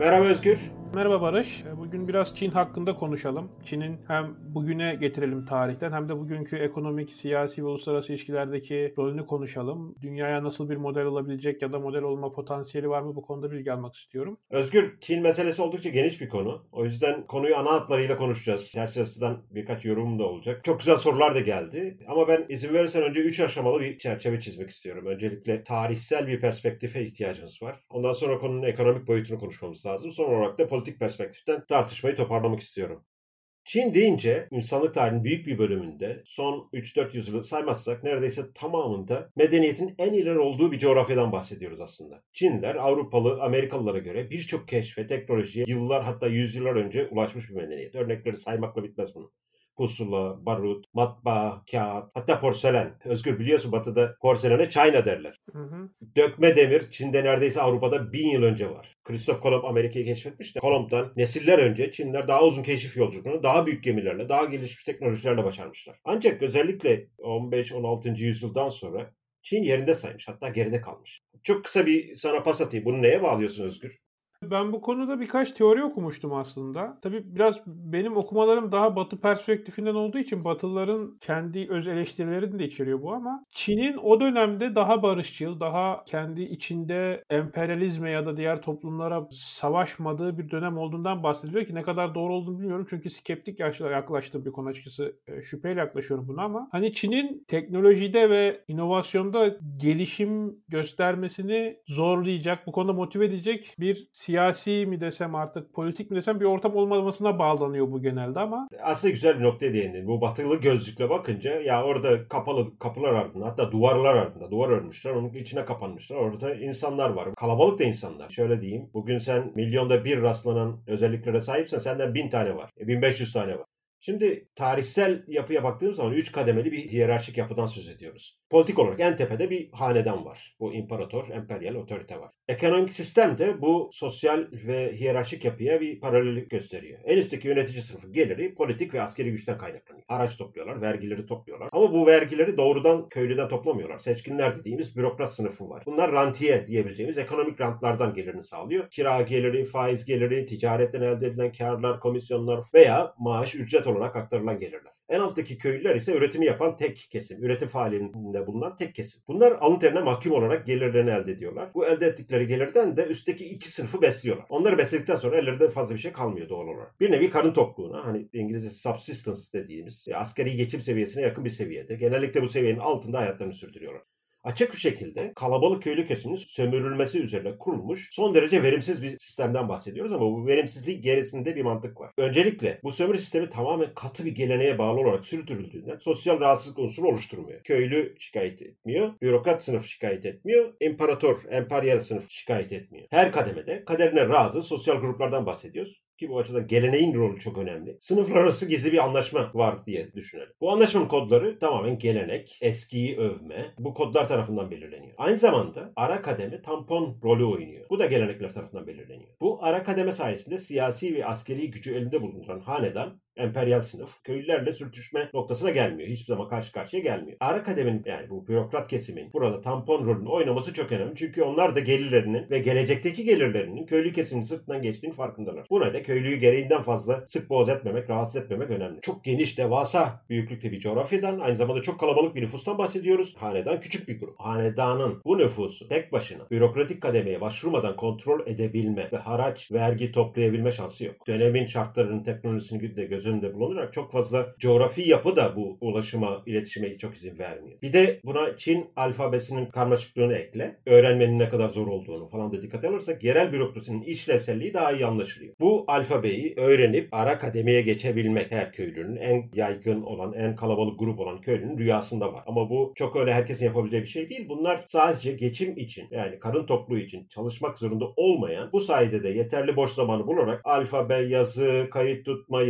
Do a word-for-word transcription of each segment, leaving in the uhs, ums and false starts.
Merhaba Özgür. Merhaba Barış. Bugün biraz Çin hakkında konuşalım. Çin'in hem bugüne getirelim tarihten hem de bugünkü ekonomik, siyasi ve uluslararası ilişkilerdeki rolünü konuşalım. Dünyaya nasıl bir model olabilecek ya da model olma potansiyeli var mı? Bu konuda bilgi almak istiyorum. Özgür, Çin meselesi oldukça geniş bir konu. O yüzden konuyu ana hatlarıyla konuşacağız. Ters açıdan birkaç yorumum da olacak. Çok güzel sorular da geldi. Ama ben izin verirsen önce üç aşamalı bir çerçeve çizmek istiyorum. Öncelikle tarihsel bir perspektife ihtiyacımız var. Ondan sonra konunun ekonomik boyutunu konuşmamız lazım. Son olarak da politik perspektiften tartışmayı toparlamak istiyorum. Çin deyince insanlık tarihinin büyük bir bölümünde son üç dört yüzyılı saymazsak neredeyse tamamında medeniyetin en ileri olduğu bir coğrafyadan bahsediyoruz aslında. Çinliler Avrupalı, Amerikalılara göre birçok keşfe, teknolojiye yıllar hatta yüzyıllar önce ulaşmış bir medeniyet. Örnekleri saymakla bitmez bunun. Pusula, barut, matbaa, kağıt, hatta porselen. Özgür biliyorsun Batı'da porselene China derler. Hı hı. Dökme demir Çin'de neredeyse Avrupa'da bin yıl önce var. Christoph Kolomb Amerika'yı keşfetmiş de Kolomb'dan nesiller önce Çinliler daha uzun keşif yolculuğunu daha büyük gemilerle, daha gelişmiş teknolojilerle başarmışlar. Ancak özellikle on beş on altıncı yüzyıldan sonra Çin yerinde saymış, hatta geride kalmış. Çok kısa bir sana pas atayım. Bunu neye bağlıyorsun Özgür? Ben bu konuda birkaç teori okumuştum aslında. Tabii biraz benim okumalarım daha Batı perspektifinden olduğu için Batılıların kendi öz eleştirilerini de içeriyor bu ama Çin'in o dönemde daha barışçıl, daha kendi içinde emperyalizme ya da diğer toplumlara savaşmadığı bir dönem olduğundan bahsediliyor ki ne kadar doğru olduğunu bilmiyorum çünkü skeptik yaklaştığım bir konu açıkçası e, şüpheyle yaklaşıyorum buna ama hani Çin'in teknolojide ve inovasyonda gelişim göstermesini zorlayacak, bu konuda motive edecek bir siyasi mi desem artık politik mi desem bir ortam olmamasına bağlanıyor bu genelde ama. Aslında güzel bir noktaya değindin. Bu batılı gözlükle bakınca ya orada kapalı kapılar ardında, hatta duvarlar ardında duvar örmüşler. Onun içine kapanmışlar. Orada insanlar var. Kalabalık da insanlar. Şöyle diyeyim. Bugün sen milyonda bir rastlanan özelliklere sahipsen senden bin tane var. bin beş yüz tane var. Şimdi tarihsel yapıya baktığımız zaman üç kademeli bir hiyerarşik yapıdan söz ediyoruz. Politik olarak en tepede bir hanedan var. Bu imparator, emperyal otorite var. Ekonomik sistem de bu sosyal ve hiyerarşik yapıya bir paralellik gösteriyor. En üstteki yönetici sınıfı geliri politik ve askeri güçten kaynaklanıyor. Haraç topluyorlar, vergileri topluyorlar. Ama bu vergileri doğrudan köylüden toplamıyorlar. Seçkinler dediğimiz bürokrat sınıfı var. Bunlar rantiye diyebileceğimiz ekonomik rantlardan gelirini sağlıyor. Kira geliri, faiz geliri, ticaretten elde edilen karlar, komisyonlar veya maaş, ücret olarak aktarılan gelirler. En alttaki köylüler ise üretimi yapan tek kesim. Üretim faaliyetinde bulunan tek kesim. Bunlar alın terine mahkum olarak gelirlerini elde ediyorlar. Bu elde ettikleri gelirden de üstteki iki sınıfı besliyorlar. Onları besledikten sonra ellerinde fazla bir şey kalmıyor doğal olarak. Bir nevi karın tokluğuna, hani İngilizce subsistence dediğimiz asgari geçim seviyesine yakın bir seviyede. Genellikle bu seviyenin altında hayatlarını sürdürüyorlar. Açık bir şekilde kalabalık köylü kesiminin sömürülmesi üzerine kurulmuş son derece verimsiz bir sistemden bahsediyoruz ama bu verimsizlik gerisinde bir mantık var. Öncelikle bu sömürü sistemi tamamen katı bir geleneğe bağlı olarak sürdürüldüğünden sosyal rahatsızlık unsuru oluşturmuyor. Köylü şikayet etmiyor, bürokrat sınıf şikayet etmiyor, imparator, emperyal sınıf şikayet etmiyor. Her kademede kaderine razı sosyal gruplardan bahsediyoruz. Ki bu açıdan geleneğin rolü çok önemli. Sınıflar arası gizli bir anlaşma var diye düşünelim. Bu anlaşmanın kodları tamamen gelenek, eskiyi övme. Bu kodlar tarafından belirleniyor. Aynı zamanda ara kademe tampon rolü oynuyor. Bu da gelenekler tarafından belirleniyor. Bu ara kademe sayesinde siyasi ve askeri gücü elinde bulunduran hanedan, emperyal sınıf köylülerle sürtüşme noktasına gelmiyor. Hiçbir zaman karşı karşıya gelmiyor. Ara kademenin, yani bu bürokrat kesimin burada tampon rolünü oynaması çok önemli. Çünkü onlar da gelirlerinin ve gelecekteki gelirlerinin köylü kesimin sırtından geçtiğini farkındalar. Buna da köylüyü gereğinden fazla sık boğaz etmemek, rahatsız etmemek önemli. Çok geniş, devasa büyüklükte bir coğrafyadan, aynı zamanda çok kalabalık bir nüfustan bahsediyoruz. Hanedan küçük bir grup. Hanedanın bu nüfusu tek başına bürokratik kademeye başvurmadan kontrol edebilme ve haraç, vergi toplayabilme şansı yok. Dönemin şartlarının, teknolojisini de göz önünde bulundurarak çok fazla coğrafi yapı da bu ulaşıma, iletişime çok izin vermiyor. Bir de buna Çin alfabesinin karmaşıklığını ekle, öğrenmenin ne kadar zor olduğunu falan da dikkate alırsak yerel bürokrasinin işlevselliği daha iyi anlaşılıyor. Bu alfabeyi öğrenip ara kademeye geçebilmek her köylünün, en yaygın olan, en kalabalık grup olan köylünün rüyasında var. Ama bu çok öyle herkesin yapabileceği bir şey değil. Bunlar sadece geçim için, yani karın tokluğu için çalışmak zorunda olmayan, bu sayede de yeterli boş zamanı bularak alfabe, yazı, kayıt tutma, yazı yazma,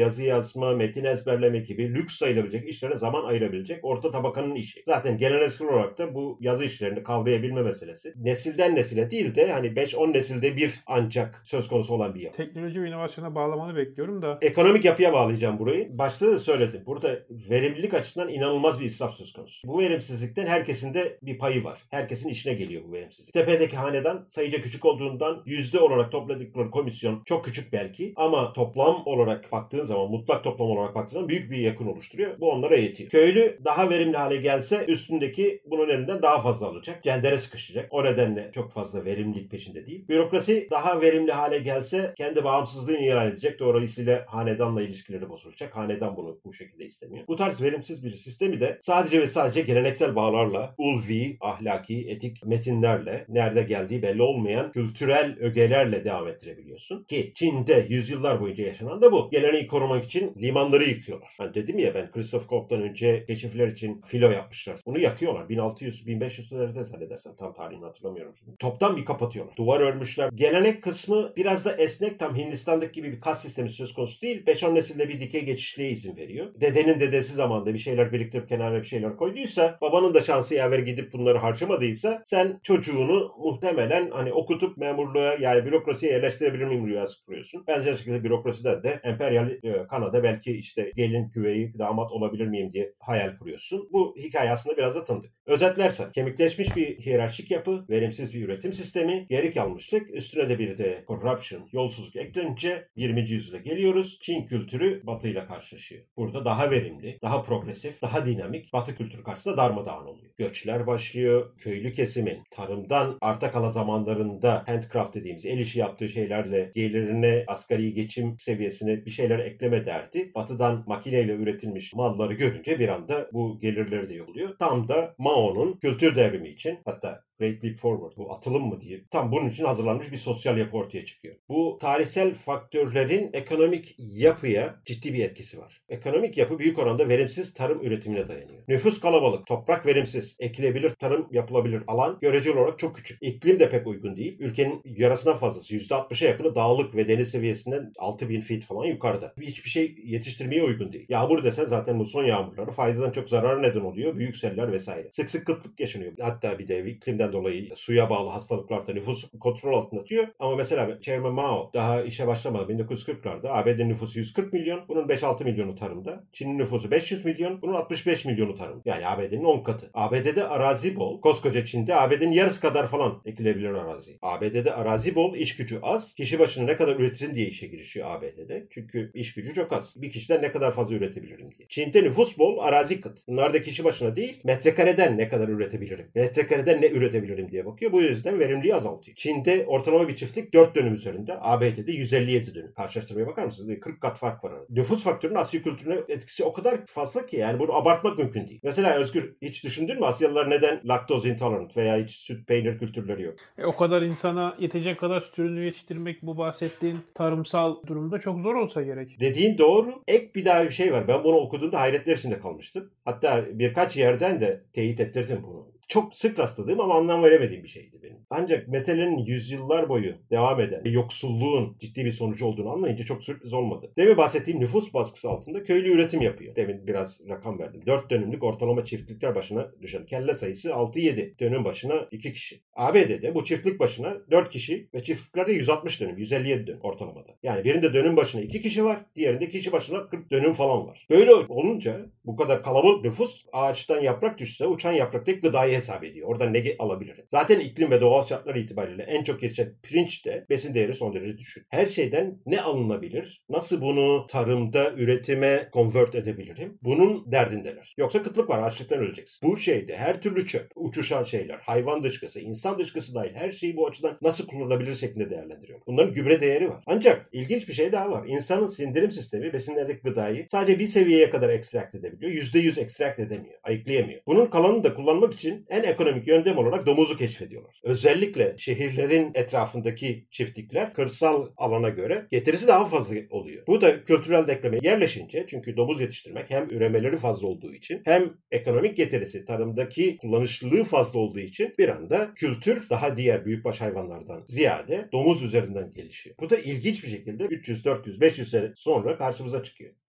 yazma, metin ezberleme gibi lüks sayılabilecek işlere zaman ayırabilecek orta tabakanın işi. Zaten geleneksel olarak da bu yazı işlerini kavrayabilme meselesi nesilden nesile değil de hani beş on nesilde bir ancak söz konusu olan bir yapı. Teknoloji ve inovasyona bağlamanı bekliyorum da. Ekonomik yapıya bağlayacağım burayı. Başta da söyledim. Burada verimlilik açısından inanılmaz bir israf söz konusu. Bu verimsizlikten herkesin de bir payı var. Herkesin işine geliyor bu verimsizlik. Tepedeki hanedan sayıca küçük olduğundan yüzde olarak topladıkları komisyon çok küçük belki ama toplam olarak baktığın zaman, mutlak toplam olarak baktığın zaman büyük bir yakın oluşturuyor. Bu onlara yetiyor. Köylü daha verimli hale gelse üstündeki bunun elinden daha fazla alacak. Cendere sıkışacak. O nedenle çok fazla verimlilik peşinde değil. Bürokrasi daha verimli hale gelse kendi bağımsızlığını ilan edecek. Dolayısıyla hanedanla ilişkileri bozulacak. Hanedan bunu bu şekilde istemiyor. Bu tarz verimsiz bir sistemi de sadece ve sadece geleneksel bağlarla, ulvi, ahlaki, etik metinlerle, nerede geldiği belli olmayan kültürel ögelerle devam ettirebiliyorsun. Ki Çin'de yüzyıllar boyunca yaşanan da bu. Geleneği korumak için limanları yıkıyorlar. Hani dedim ya ben Christoph Kolomb'dan önce keşifler için filo yapmışlar. Bunu yakıyorlar. bin altı yüz bin beş yüzlerde zannedersem. Tam tarihini hatırlamıyorum şimdi. Toptan bir kapatıyorlar. Duvar örmüşler. Gelenek kısmı biraz da esnek. Tam Hindistan'daki gibi bir kas sistemi söz konusu değil. beş on nesilde bir dikey geçişliğe izin veriyor. Dedenin dedesi zamanında bir şeyler biriktirip kenara bir şeyler koyduysa, babanın da şansı yaver gidip bunları harcamadıysa sen çocuğunu muhtemelen hani okutup memurluğa yani bürokrasiye yerleştirebilir miyim rüyası kuruyorsun. Benzer şekilde bürokrasiden de emperyal e, Kanada belki işte gelin güveyi damat olabilir miyim diye hayal kuruyorsun. Bu hikaye aslında biraz da tanıdık. Özetlersen kemikleşmiş bir hiyerarşik yapı, verimsiz bir üretim sistemi, geri kalmışlık, üstüne de bir de corruption, yolsuzluk eklenince yirminci yüzyıla geliyoruz. Çin kültürü Batı ile karşılaşıyor. Burada daha verimli, daha progresif, daha dinamik Batı kültürü karşısında darmadağın oluyor. Göçler başlıyor. Köylü kesimin tarımdan arta kalan zamanlarında handcraft dediğimiz el işi yaptığı şeylerle gelirine asgari geçim seviyesine bir şeyler ekleme derdi. Batıdan makineyle üretilmiş malları görünce bir anda bu gelirleri de yokluyor. Tam da Mao'nun kültür devrimi için hatta Great Leap Forward, bu atılım mı diye tam bunun için hazırlanmış bir sosyal yapı ortaya çıkıyor. Bu tarihsel faktörlerin ekonomik yapıya ciddi bir etkisi var. Ekonomik yapı büyük oranda verimsiz tarım üretimine dayanıyor. Nüfus kalabalık, toprak verimsiz, ekilebilir, tarım yapılabilir alan göreceli olarak çok küçük. İklim de pek uygun değil. Ülkenin yarısından fazlası, yüzde altmışa yakını dağlık ve deniz seviyesinden altı bin feet falan yukarıda. Hiçbir şey yetiştirmeye uygun değil. Yağmur desen zaten bu son yağmurları faydadan çok zarara neden oluyor. Büyük seller vesaire. Sık sık kıtlık yaşanıyor. Hatta bir de iklimden dolayı suya bağlı hastalıklarda nüfus kontrol altında tutuyor. Ama mesela Chairman Mao daha işe başlamadı bin dokuz yüz kırklarda. A B D'nin nüfusu yüz kırk milyon. Bunun beş altı milyonu tarımda. Çin'in nüfusu beş yüz milyon. Bunun altmış beş milyonu tarım. Yani A B D'nin on katı. A B D'de arazi bol. Koskoca Çin'de A B D'nin yarısı kadar falan ekilebilir arazi. A B D'de arazi bol, iş gücü az. Kişi başına ne kadar üretirim diye işe girişiyor A B D'de. Çünkü iş gücü çok az. Bir kişiden ne kadar fazla üretebilirim diye. Çin'de nüfus bol, arazi kıt. Bunlar da kişi başına değil, metrekareden ne kadar üretebilirim, metrekareden ne üretebilirim diye bakıyor. Bu yüzden verimliliği azaltıyor. Çin'de ortalama bir çiftlik dört dönüm üzerinde. A B D'de yüz elli yedi dönüm. Karşılaştırmaya bakar mısınız? kırk kat fark var arada. Nüfus faktörünün Asya kültürüne etkisi o kadar fazla ki yani bunu abartmak mümkün değil. Mesela Özgür hiç düşündün mü Asyalılar neden laktoz intolerant veya hiç süt peynir kültürleri yok? E, o kadar insana yetecek kadar süt ürünü yetiştirmek bu bahsettiğin tarımsal durumda çok zor olsa gerek. Dediğin doğru. Ek bir daha bir şey var. Ben bunu okuduğumda hayretler içinde kalmıştım. Hatta birkaç yerden de teyit ettirdim bunu. Çok sık rastladığım ama anlam veremediğim bir şeydi benim. Ancak meselenin yüzyıllar boyu devam eden yoksulluğun ciddi bir sonucu olduğunu anlayınca çok sürpriz olmadı. Demin bahsettiğim nüfus baskısı altında köylü üretim yapıyor. Demin biraz rakam verdim. dört dönümlük ortalama çiftlikler başına düşen kelle sayısı altı yedi. Dönüm başına iki kişi. A B D'de bu çiftlik başına dört kişi ve çiftliklerde yüz altmış dönüm, yüz elli yedi dönüm ortalamada. Yani birinde dönüm başına iki kişi var, diğerinde kişi başına kırk dönüm falan var. Böyle olunca bu kadar kalabalık nüfus ağaçtan yaprak düşse uçan yaprak tek gıdayı hesap ediyor. Oradan ne alabilirim? Zaten iklim ve doğal şartlar itibariyle en çok yetişen pirinç de besin değeri son derece düşük. Her şeyden ne alınabilir? Nasıl bunu tarımda üretime convert edebilirim? Bunun derdindeler. Yoksa kıtlık var. Açlıktan öleceksin. Bu şeyde her türlü çöp, uçuşan şeyler, hayvan dışkısı, insan dışkısı dahil her şeyi bu açıdan nasıl kullanılabilir şeklinde değerlendiriyor. Bunların gübre değeri var. Ancak ilginç bir şey daha var. İnsanın sindirim sistemi besinlerdeki gıdayı sadece bir seviyeye kadar ekstrakt edebiliyor. yüzde yüz ekstrakt edemiyor. Ayıklayamıyor. Bunun kalanını da kullanmak için en ekonomik yöntem olarak domuzu keşfediyorlar. Özellikle şehirlerin etrafındaki çiftlikler kırsal alana göre getirisi daha fazla oluyor. Bu da kültürel denkleme yerleşince çünkü domuz yetiştirmek hem üremeleri fazla olduğu için hem ekonomik getirisi tarımdaki kullanışlılığı fazla olduğu için bir anda kültür daha diğer büyükbaş hayvanlardan ziyade domuz üzerinden gelişiyor. Bu da ilginç bir şekilde üç yüz, dört yüz, beş yüz sene sonra karşımıza çıkıyor.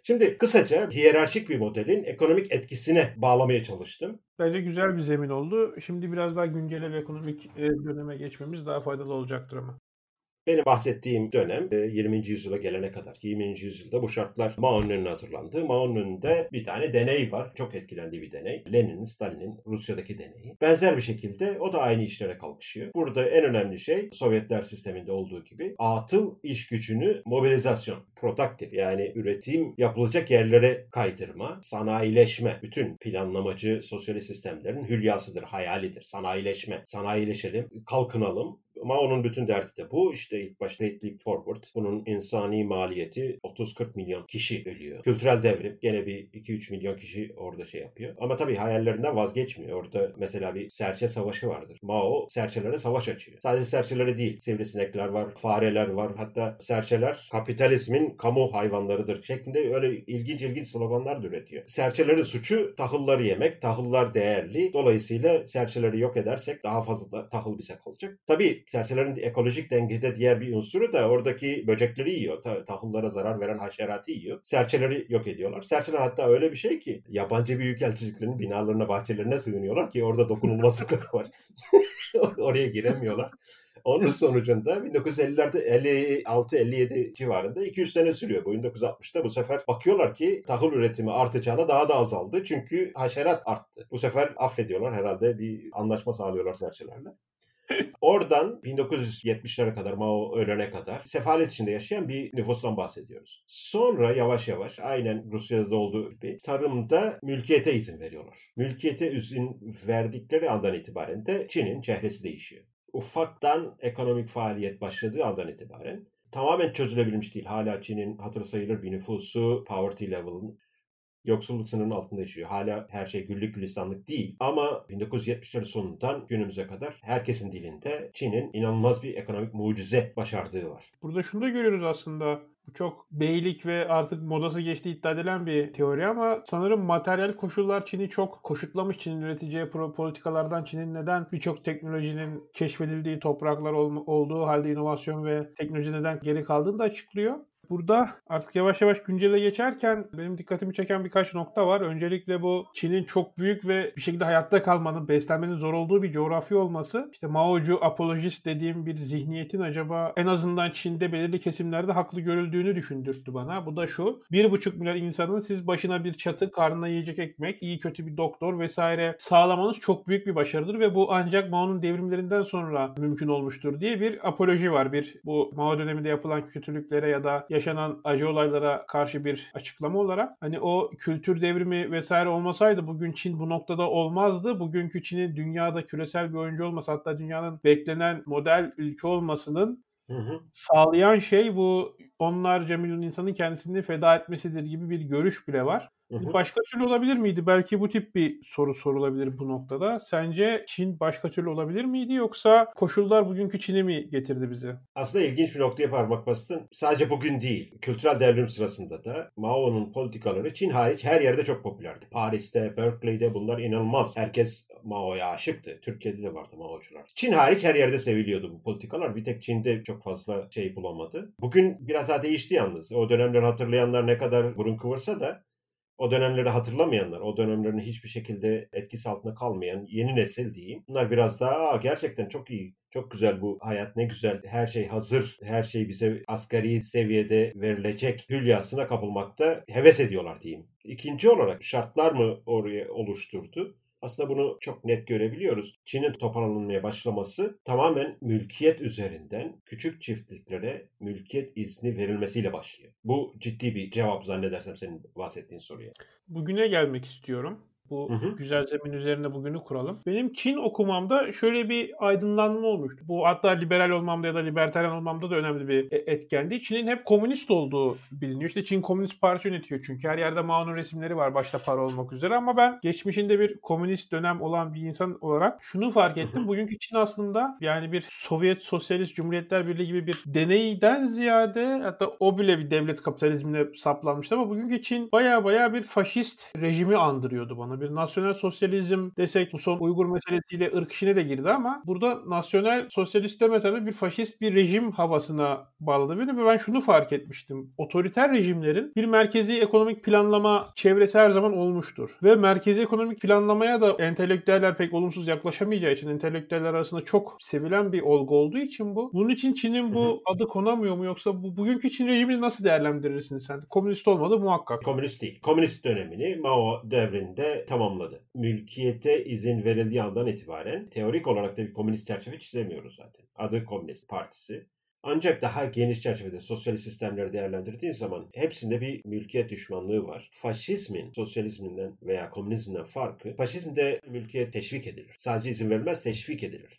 Şimdi kısaca hiyerarşik bir modelin ekonomik etkisine bağlamaya çalıştım. Bence güzel bir zemin oldu. Şimdi biraz daha güncel ve ekonomik e, döneme geçmemiz daha faydalı olacaktır ama. Benim bahsettiğim dönem yirminci yüzyıla gelene kadar. yirminci yüzyılda bu şartlar Mao'nun önüne hazırlandı. Mao'nun önünde bir tane deney var. Çok etkilendiği bir deney. Lenin'in, Stalin'in Rusya'daki deneyi. Benzer bir şekilde o da aynı işlere kalkışıyor. Burada en önemli şey Sovyetler sisteminde olduğu gibi atıl iş gücünü mobilizasyon, productive yani üretim yapılacak yerlere kaydırma, sanayileşme. Bütün planlamacı sosyalist sistemlerin hülyasıdır, hayalidir. Sanayileşme. Sanayileşelim, kalkınalım. Mao'nun bütün derdi de bu. İşte ilk başta Great Leap Forward. Bunun insani maliyeti otuz kırk milyon kişi ölüyor. Kültürel devrim. Gene bir iki üç milyon kişi orada şey yapıyor. Ama tabii hayallerinden vazgeçmiyor. Orada mesela bir serçe savaşı vardır. Mao serçelere savaş açıyor. Sadece serçelere değil. Sivrisinekler var, fareler var. Hatta serçeler kapitalizmin kamu hayvanlarıdır şeklinde öyle ilginç ilginç sloganlar da üretiyor. Serçelerin suçu tahılları yemek. Tahıllar değerli. Dolayısıyla serçeleri yok edersek daha fazla da tahıl bize kalacak. Tabii serçelerin ekolojik dengede diğer bir unsuru da oradaki böcekleri yiyor. Ta- tahıllara zarar veren haşeratı yiyor. Serçeleri yok ediyorlar. Serçeler hatta öyle bir şey ki yabancı büyükelçiliklerin binalarına, bahçelerine sığınıyorlar ki orada dokunulmazlıkları var. Oraya giremiyorlar. Onun sonucunda bin dokuz yüz ellilerde elli altı elli yedi civarında iki yüz sene sürüyor. Bu bin dokuz yüz altmışta bu sefer bakıyorlar ki tahıl üretimi artacağına daha da azaldı. Çünkü haşerat arttı. Bu sefer affediyorlar herhalde bir anlaşma sağlıyorlar serçelerle. Oradan bin dokuz yüz yetmişlere kadar, Mao ölene kadar sefalet içinde yaşayan bir nüfustan bahsediyoruz. Sonra yavaş yavaş aynen Rusya'da da olduğu gibi tarımda mülkiyete izin veriyorlar. Mülkiyete izin verdikleri andan itibaren de Çin'in çehresi değişiyor. Ufaktan ekonomik faaliyet başladığı andan itibaren tamamen çözülebilmiş değil. Hala Çin'in hatırı sayılır bir nüfusu, poverty level'ın yoksulluk sınırının altında yaşıyor. Hala her şey güllük gülistanlık değil. Ama bin dokuz yüz yetmişlerin sonundan günümüze kadar herkesin dilinde Çin'in inanılmaz bir ekonomik mucize başardığı var. Burada şunu da görüyoruz aslında. Bu çok beylik ve artık modası geçtiği iddia edilen bir teori ama sanırım materyal koşullar Çin'i çok koşutlamış. Çin'in üreteceği politikalardan Çin'in neden birçok teknolojinin keşfedildiği topraklar ol- olduğu halde inovasyon ve teknoloji neden geri kaldığını da açıklıyor. Burada artık yavaş yavaş güncele geçerken benim dikkatimi çeken birkaç nokta var. Öncelikle bu Çin'in çok büyük ve bir şekilde hayatta kalmanın, beslenmenin zor olduğu bir coğrafya olması. İşte Mao'cu apolojist dediğim bir zihniyetin acaba en azından Çin'de belirli kesimlerde haklı görüldüğünü düşündürttü bana. Bu da şu. Bir buçuk milyar insanın siz başına bir çatı, karnına yiyecek ekmek, iyi kötü bir doktor vesaire sağlamanız çok büyük bir başarıdır ve bu ancak Mao'nun devrimlerinden sonra mümkün olmuştur diye bir apoloji var. Bir bu Mao döneminde yapılan kötülüklere ya da yaşanan acı olaylara karşı bir açıklama olarak hani o kültür devrimi vesaire olmasaydı bugün Çin bu noktada olmazdı. Bugünkü Çin'in dünyada küresel bir oyuncu olması hatta dünyanın beklenen model ülke olmasının Hı hı. sağlayan şey bu onlarca milyon insanın kendisini feda etmesidir gibi bir görüş bile var. Hı hı. Başka türlü olabilir miydi? Belki bu tip bir soru sorulabilir bu noktada. Sence Çin başka türlü olabilir miydi yoksa koşullar bugünkü Çin'i mi getirdi bize? Aslında ilginç bir noktaya parmak bastın. Sadece bugün değil, kültürel devrim sırasında da Mao'nun politikaları Çin hariç her yerde çok popülerdi. Paris'te, Berkeley'de bunlar inanılmaz. Herkes Mao'ya aşıktı. Türkiye'de de vardı Mao'cular. Çin hariç her yerde seviliyordu bu politikalar. Bir tek Çin'de çok fazla şey bulamadı. Bugün biraz daha değişti yalnız. O dönemleri hatırlayanlar ne kadar burun kıvırsa da o dönemleri hatırlamayanlar, o dönemlerin hiçbir şekilde etkisi altında kalmayan yeni nesil diyeyim. Bunlar biraz daha Aa, gerçekten çok iyi, çok güzel bu hayat, ne güzel, her şey hazır, her şey bize asgari seviyede verilecek hülyasına kapılmakta heves ediyorlar diyeyim. İkinci olarak şartlar mı oraya oluşturdu? Aslında bunu çok net görebiliyoruz. Çin'in toparlanmaya başlaması tamamen mülkiyet üzerinden küçük çiftliklere mülkiyet izni verilmesiyle başlıyor. Bu ciddi bir cevap zannedersem senin bahsettiğin soruya. Bugüne gelmek istiyorum. Bu Hı hı. güzel zemin üzerine bugünü kuralım. Benim Çin okumamda şöyle bir aydınlanma olmuştu. Bu hatta liberal olmamda ya da libertaryen olmamda da önemli bir e- etkendi. Çin'in hep komünist olduğu biliniyor. İşte Çin Komünist Parti yönetiyor çünkü. Her yerde Mao'nun resimleri var başta para olmak üzere ama ben geçmişinde bir komünist dönem olan bir insan olarak şunu fark Hı ettim. hı. Bugünkü Çin aslında yani bir Sovyet Sosyalist Cumhuriyetler Birliği gibi bir deneyden ziyade hatta o bile bir devlet kapitalizmine saplanmıştı ama bugünkü Çin baya baya bir faşist rejimi andırıyordu bana. bana. Bir nasyonel sosyalizm desek bu son Uygur meselesiyle ırk işine de girdi ama burada nasyonel sosyalist demesen de bir faşist bir rejim havasına bağladı beni ve ben şunu fark etmiştim. Otoriter rejimlerin bir merkezi ekonomik planlama çevresi her zaman olmuştur. Ve merkezi ekonomik planlamaya da entelektüeller pek olumsuz yaklaşamayacağı için entelektüeller arasında çok sevilen bir olgu olduğu için bu. Bunun için Çin'in bu hı hı. adı konamıyor mu yoksa bu bugünkü Çin rejimini nasıl değerlendirirsin sen? Komünist olmadı muhakkak. Komünist değil. Komünist dönemini Mao devrinde tamamladı. Mülkiyete izin verildiği andan itibaren teorik olarak da bir komünist çerçeve çizemiyoruz zaten. Adı Komünist Partisi. Ancak daha geniş çerçevede sosyalist sistemleri değerlendirdiğin zaman hepsinde bir mülkiyet düşmanlığı var. Faşizmin sosyalizminden veya komünizmden farkı, faşizmde mülkiyet teşvik edilir. Sadece izin verilmez, teşvik edilir.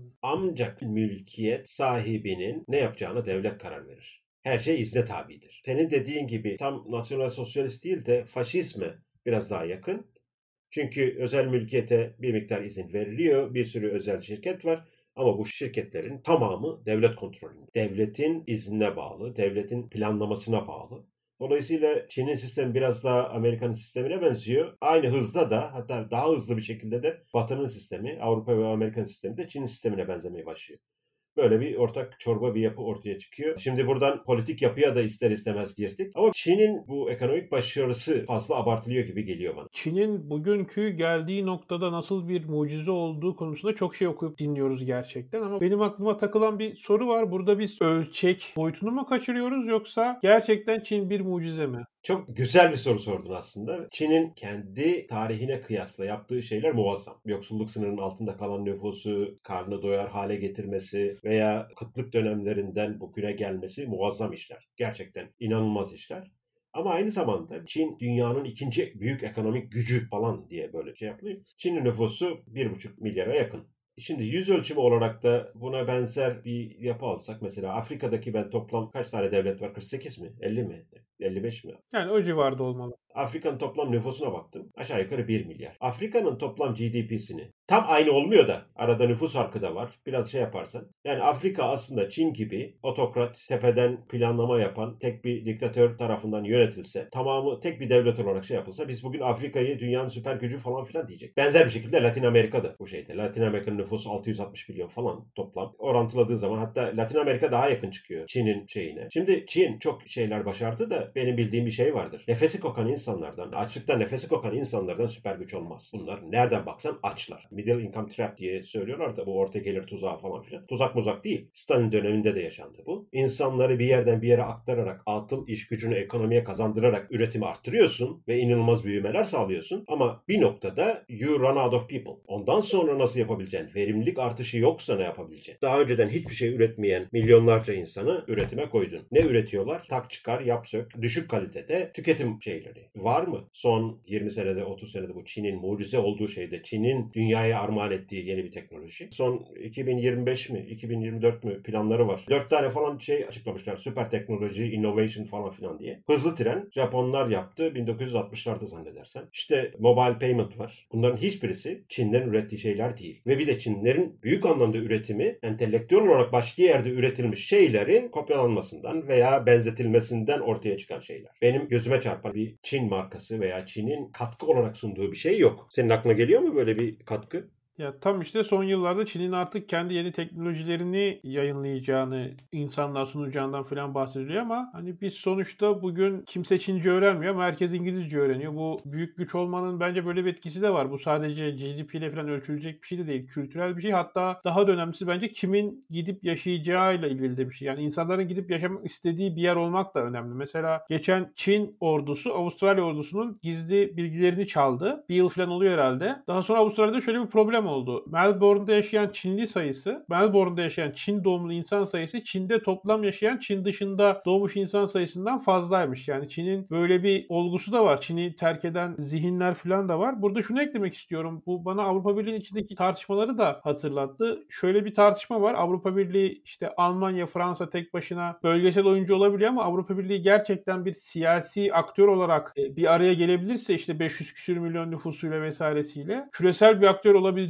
Ancak mülkiyet sahibinin ne yapacağına devlet karar verir. Her şey izne tabidir. Senin dediğin gibi tam nasyonal sosyalist değil de faşizme biraz daha yakın. Çünkü özel mülkiyete bir miktar izin veriliyor. Bir sürü özel şirket var. Ama bu şirketlerin tamamı devlet kontrolünde. Devletin iznine bağlı, devletin planlamasına bağlı. Dolayısıyla Çin'in sistemi biraz daha Amerika'nın sistemine benziyor. Aynı hızda da hatta daha hızlı bir şekilde de Batı'nın sistemi, Avrupa ve Amerika'nın sistemi de Çin'in sistemine benzemeye başlıyor. Böyle bir ortak çorba bir yapı ortaya çıkıyor. Şimdi buradan politik yapıya da ister istemez girdik. Ama Çin'in bu ekonomik başarısı fazla abartılıyor gibi geliyor bana. Çin'in bugünkü geldiği noktada nasıl bir mucize olduğu konusunda çok şey okuyup dinliyoruz gerçekten. Ama benim aklıma takılan bir soru var. Burada biz ölçek boyutunu mu kaçırıyoruz yoksa gerçekten Çin bir mucize mi? Çok güzel bir soru sordun aslında. Çin'in kendi tarihine kıyasla yaptığı şeyler muazzam. Yoksulluk sınırının altında kalan nüfusu karnı doyar hale getirmesi veya kıtlık dönemlerinden bugüne gelmesi muazzam işler. Gerçekten inanılmaz işler. Ama aynı zamanda Çin dünyanın ikinci büyük ekonomik gücü falan diye böyle şey yapılıyor. Çin'in nüfusu bir buçuk milyara yakın. Şimdi yüz ölçümü olarak da buna benzer bir yapı alsak mesela Afrika'daki ben toplam kaç tane devlet var? kırk sekiz mi? elli mi? elli beş mi? Yani o civarda olmalı. Afrika'nın toplam nüfusuna baktım. Aşağı yukarı bir milyar. Afrika'nın toplam G D P'sini tam aynı olmuyor da arada nüfus farkı da var. Biraz şey yaparsan. Yani Afrika aslında Çin gibi otokrat, tepeden planlama yapan tek bir diktatör tarafından yönetilse, tamamı tek bir devlet olarak şey yapılsa biz bugün Afrika'yı dünyanın süper gücü falan filan diyecek. Benzer bir şekilde Latin Amerika'da bu şeyde. Latin Amerika'nın nüfusu altı yüz altmış milyon falan toplam. Orantıladığı zaman hatta Latin Amerika daha yakın çıkıyor Çin'in şeyine. Şimdi Çin çok şeyler başardı da benim bildiğim bir şey vardır. Nefesi kokan insanlardan, açlıktan nefesi kokan insanlardan süper güç olmaz. Bunlar nereden baksan açlar. Middle income trap diye söylüyorlar da bu orta gelir tuzağı falan filan. Tuzak muzak değil. Stalin döneminde de yaşandı bu. İnsanları bir yerden bir yere aktararak, atıl iş gücünü ekonomiye kazandırarak üretimi arttırıyorsun ve inanılmaz büyümeler sağlıyorsun. Ama bir noktada you run out of people. Ondan sonra nasıl yapabileceksin? Verimlilik artışı yoksa ne yapabileceksin? Daha önceden hiçbir şey üretmeyen milyonlarca insanı üretime koydun. Ne üretiyorlar? Tak çıkar, yap sök. Düşük kalitede tüketim şeyleri. Var mı? Son yirmi senede, otuz senede bu Çin'in mucize olduğu şeyde, Çin'in dünyaya armağan ettiği yeni bir teknoloji. Son iki bin yirmi beş mi, iki bin yirmi dört mü planları var. Dört tane falan şey açıklamışlar. Süper teknoloji, innovation falan filan diye. Hızlı tren Japonlar yaptı bin dokuz yüz altmışlarda zannedersen. İşte mobile payment var. Bunların hiçbirisi Çin'den ürettiği şeyler değil. Ve bir de Çinlerin büyük anlamda üretimi entelektüel olarak başka yerde üretilmiş şeylerin kopyalanmasından veya benzetilmesinden ortaya çıkan şeyler. Benim gözüme çarpan bir Çin markası veya Çin'in katkı olarak sunduğu bir şey yok. Senin aklına geliyor mu böyle bir katkı? Ya tam işte son yıllarda Çin'in artık kendi yeni teknolojilerini yayınlayacağını, insanlığa sunacağından falan bahsediliyor ama hani biz sonuçta bugün kimse Çince öğrenmiyor ama herkes İngilizce öğreniyor. Bu büyük güç olmanın bence böyle bir etkisi de var. Bu sadece G D P ile falan ölçülecek bir şey de değil. Kültürel bir şey. Hatta daha da önemlisi bence kimin gidip yaşayacağıyla ilgili de bir şey. Yani insanların gidip yaşamak istediği bir yer olmak da önemli. Mesela geçen Çin ordusu Avustralya ordusunun gizli bilgilerini çaldı. Bir yıl falan oluyor herhalde. Daha sonra Avustralya'da şöyle bir problem oldu. Melbourne'da yaşayan Çinli sayısı, Melbourne'da yaşayan Çin doğumlu insan sayısı Çin'de toplam yaşayan Çin dışında doğmuş insan sayısından fazlaymış. Yani Çin'in böyle bir olgusu da var. Çin'i terk eden zihinler falan da var. Burada şunu eklemek istiyorum. Bu bana Avrupa Birliği'nin içindeki tartışmaları da hatırlattı. Şöyle bir tartışma var. Avrupa Birliği işte Almanya, Fransa tek başına bölgesel oyuncu olabiliyor ama Avrupa Birliği gerçekten bir siyasi aktör olarak bir araya gelebilirse işte beş yüz küsür milyon nüfusuyla vesairesiyle küresel bir aktör olabileceği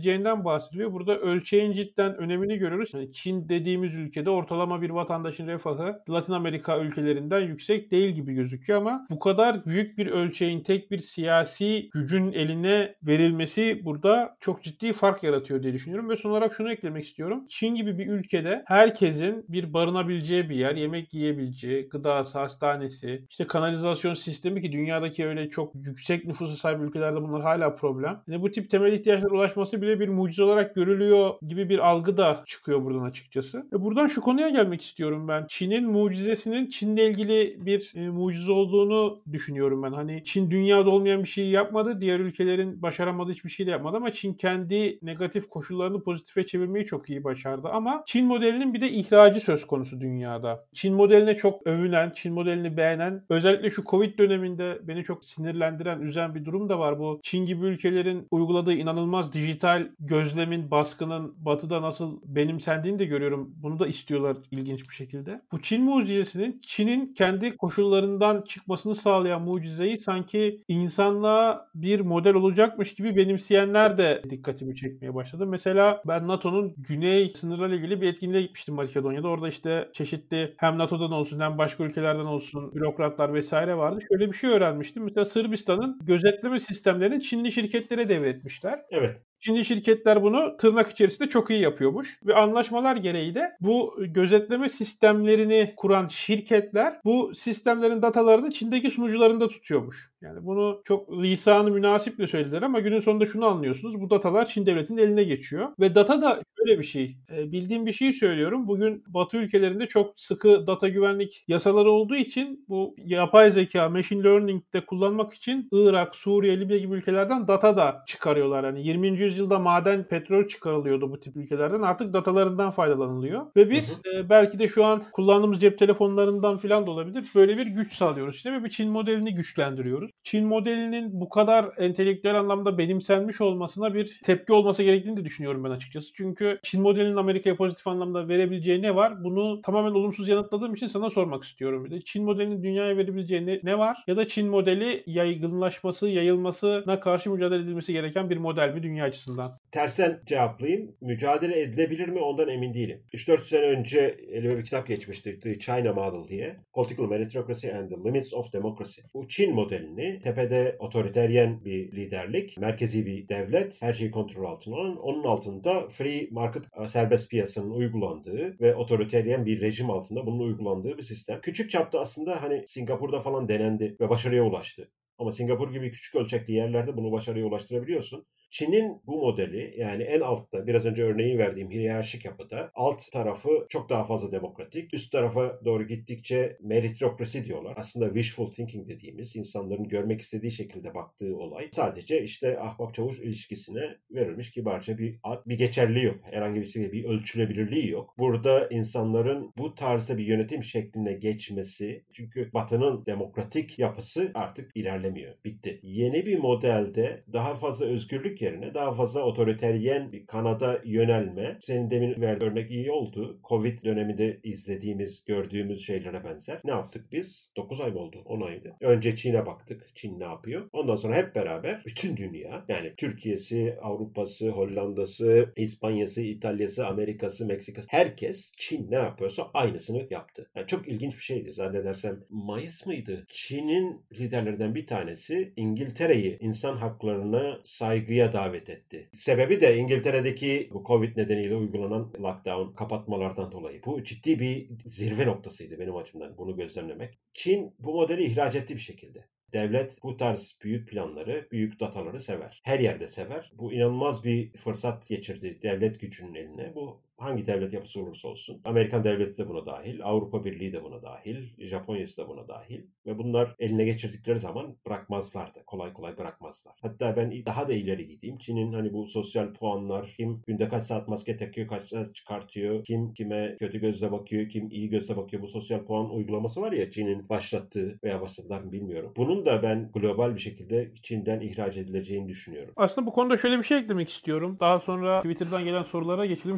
ölçebileceğinden bahsediliyor. Burada ölçeğin cidden önemini görüyoruz. Yani Çin dediğimiz ülkede ortalama bir vatandaşın refahı Latin Amerika ülkelerinden yüksek değil gibi gözüküyor ama bu kadar büyük bir ölçeğin tek bir siyasi gücün eline verilmesi burada çok ciddi fark yaratıyor diye düşünüyorum ve son olarak şunu eklemek istiyorum. Çin gibi bir ülkede herkesin bir barınabileceği bir yer, yemek yiyebileceği, gıdası, hastanesi, işte kanalizasyon sistemi ki dünyadaki öyle çok yüksek nüfusa sahip ülkelerde bunlar hala problem. Yani bu tip temel ihtiyaçlara ulaşması bile bir mucize olarak görülüyor gibi bir algı da çıkıyor buradan açıkçası. Ve buradan şu konuya gelmek istiyorum ben. Çin'in mucizesinin Çin'le ilgili bir e, mucize olduğunu düşünüyorum ben. Hani Çin dünyada olmayan bir şey yapmadı. Diğer ülkelerin başaramadığı hiçbir şey de yapmadı ama Çin kendi negatif koşullarını pozitife çevirmeyi çok iyi başardı. Ama Çin modelinin bir de ihracı söz konusu dünyada. Çin modeline çok övünen, Çin modelini beğenen, özellikle şu Covid döneminde beni çok sinirlendiren, üzen bir durum da var. Bu Çin gibi ülkelerin uyguladığı inanılmaz dijital gözlemin, baskının batıda nasıl benimsendiğini de görüyorum. Bunu da istiyorlar ilginç bir şekilde. Bu Çin mucizesinin Çin'in kendi koşullarından çıkmasını sağlayan mucizeyi sanki insanlığa bir model olacakmış gibi benimseyenler de dikkatimi çekmeye başladı. Mesela ben NATO'nun güney sınırlarıyla ilgili bir etkinliğe gitmiştim Makedonya'da. Orada işte çeşitli hem NATO'dan olsun hem başka ülkelerden olsun bürokratlar vesaire vardı. Şöyle bir şey öğrenmiştim. Mesela Sırbistan'ın gözetleme sistemlerini Çinli şirketlere devretmişler. Evet. Çinli şirketler bunu tırnak içerisinde çok iyi yapıyormuş ve anlaşmalar gereği de bu gözetleme sistemlerini kuran şirketler bu sistemlerin datalarını Çin'deki sunucularında tutuyormuş. Yani bunu çok lisanı münasiple söylediler ama günün sonunda şunu anlıyorsunuz. Bu datalar Çin devletinin eline geçiyor ve data da şöyle bir şey. E, bildiğim bir şey söylüyorum. Bugün Batı ülkelerinde çok sıkı data güvenlik yasaları olduğu için bu yapay zeka, machine learning'de kullanmak için Irak, Suriye, Libya gibi ülkelerden data da çıkarıyorlar. Yani yirminci yüzyılda maden, petrol çıkarılıyordu bu tip ülkelerden. Artık datalarından faydalanılıyor. Ve biz hı hı. E, belki de şu an kullandığımız cep telefonlarından falan da olabilir. Böyle bir güç sağlıyoruz işte ve bir Çin modelini güçlendiriyoruz. Çin modelinin bu kadar entelektüel anlamda benimsenmiş olmasına bir tepki olması gerektiğini de düşünüyorum ben açıkçası. Çünkü Çin modelinin Amerika'ya pozitif anlamda verebileceği ne var? Bunu tamamen olumsuz yanıtladığım için sana sormak istiyorum bir de. Çin modelinin dünyaya verebileceği ne, ne var? Ya da Çin modeli yaygınlaşması, yayılmasına karşı mücadele edilmesi gereken bir model mi dünya açısından? Tersten cevaplayayım. Mücadele edilebilir mi ondan emin değilim. üç dört sene önce elime bir kitap geçmişti. The China Model diye. Political Meritocracy and the Limits of Democracy. Bu Çin modelini tepede otoriteryen bir liderlik, merkezi bir devlet, her şeyi kontrol altına alan, onun altında free market, serbest piyasanın uygulandığı ve otoriteryen bir rejim altında bunun uygulandığı bir sistem. Küçük çapta aslında hani Singapur'da falan denendi ve başarıya ulaştı. Ama Singapur gibi küçük ölçekli yerlerde bunu başarıya ulaştırabiliyorsun. Çin'in bu modeli yani en altta biraz önce örneği verdiğim hiyerarşik yapıda alt tarafı çok daha fazla demokratik. Üst tarafa doğru gittikçe meritokrasi diyorlar. Aslında wishful thinking dediğimiz insanların görmek istediği şekilde baktığı olay. Sadece işte ahbap çavuş ilişkisine verilmiş kibarca bir bir geçerliği yok. Herhangi bir şekilde bir ölçülebilirliği yok. Burada insanların bu tarzda bir yönetim şekline geçmesi çünkü Batı'nın demokratik yapısı artık ilerlemiyor. Bitti. Yeni bir modelde daha fazla özgürlük yerine daha fazla otoriteryen bir kanada yönelme. Senin demin verdiğin örnek iyi oldu. Covid döneminde izlediğimiz, gördüğümüz şeylere benzer. Ne yaptık biz? dokuz ay mı oldu? on aydı. Önce Çin'e baktık. Çin ne yapıyor? Ondan sonra hep beraber bütün dünya yani Türkiye'si, Avrupa'sı, Hollanda'sı, İspanya'sı, İtalya'sı, Amerika'sı, Meksika'sı herkes Çin ne yapıyorsa aynısını yaptı. Yani çok ilginç bir şeydi. Zannedersem Mayıs mıydı? Çin'in liderlerinden bir tanesi İngiltere'yi insan haklarına saygıya davet etti. Sebebi de İngiltere'deki bu Covid nedeniyle uygulanan lockdown, kapatmalardan dolayı. Bu ciddi bir zirve noktasıydı benim açımdan bunu gözlemlemek. Çin bu modeli ihraç etti bir şekilde. Devlet bu tarz büyük planları, büyük dataları sever. Her yerde sever. Bu inanılmaz bir fırsat geçirdi devlet gücünün eline. Bu hangi devlet yapısı olursa olsun. Amerikan devleti de buna dahil. Avrupa Birliği de buna dahil. Japonya'sı da buna dahil. Ve bunlar eline geçirdikleri zaman bırakmazlar da. Kolay kolay bırakmazlar. Hatta ben daha da ileri gideyim. Çin'in hani bu sosyal puanlar, kim günde kaç saat maske takıyor, kaç saat çıkartıyor, kim kime kötü gözle bakıyor, kim iyi gözle bakıyor. Bu sosyal puan uygulaması var ya Çin'in başlattığı veya başladılar mı bilmiyorum. Bunun da ben global bir şekilde Çin'den ihraç edileceğini düşünüyorum. Aslında bu konuda şöyle bir şey eklemek istiyorum. Daha sonra Twitter'dan gelen sorulara geçelim çünkü o sorular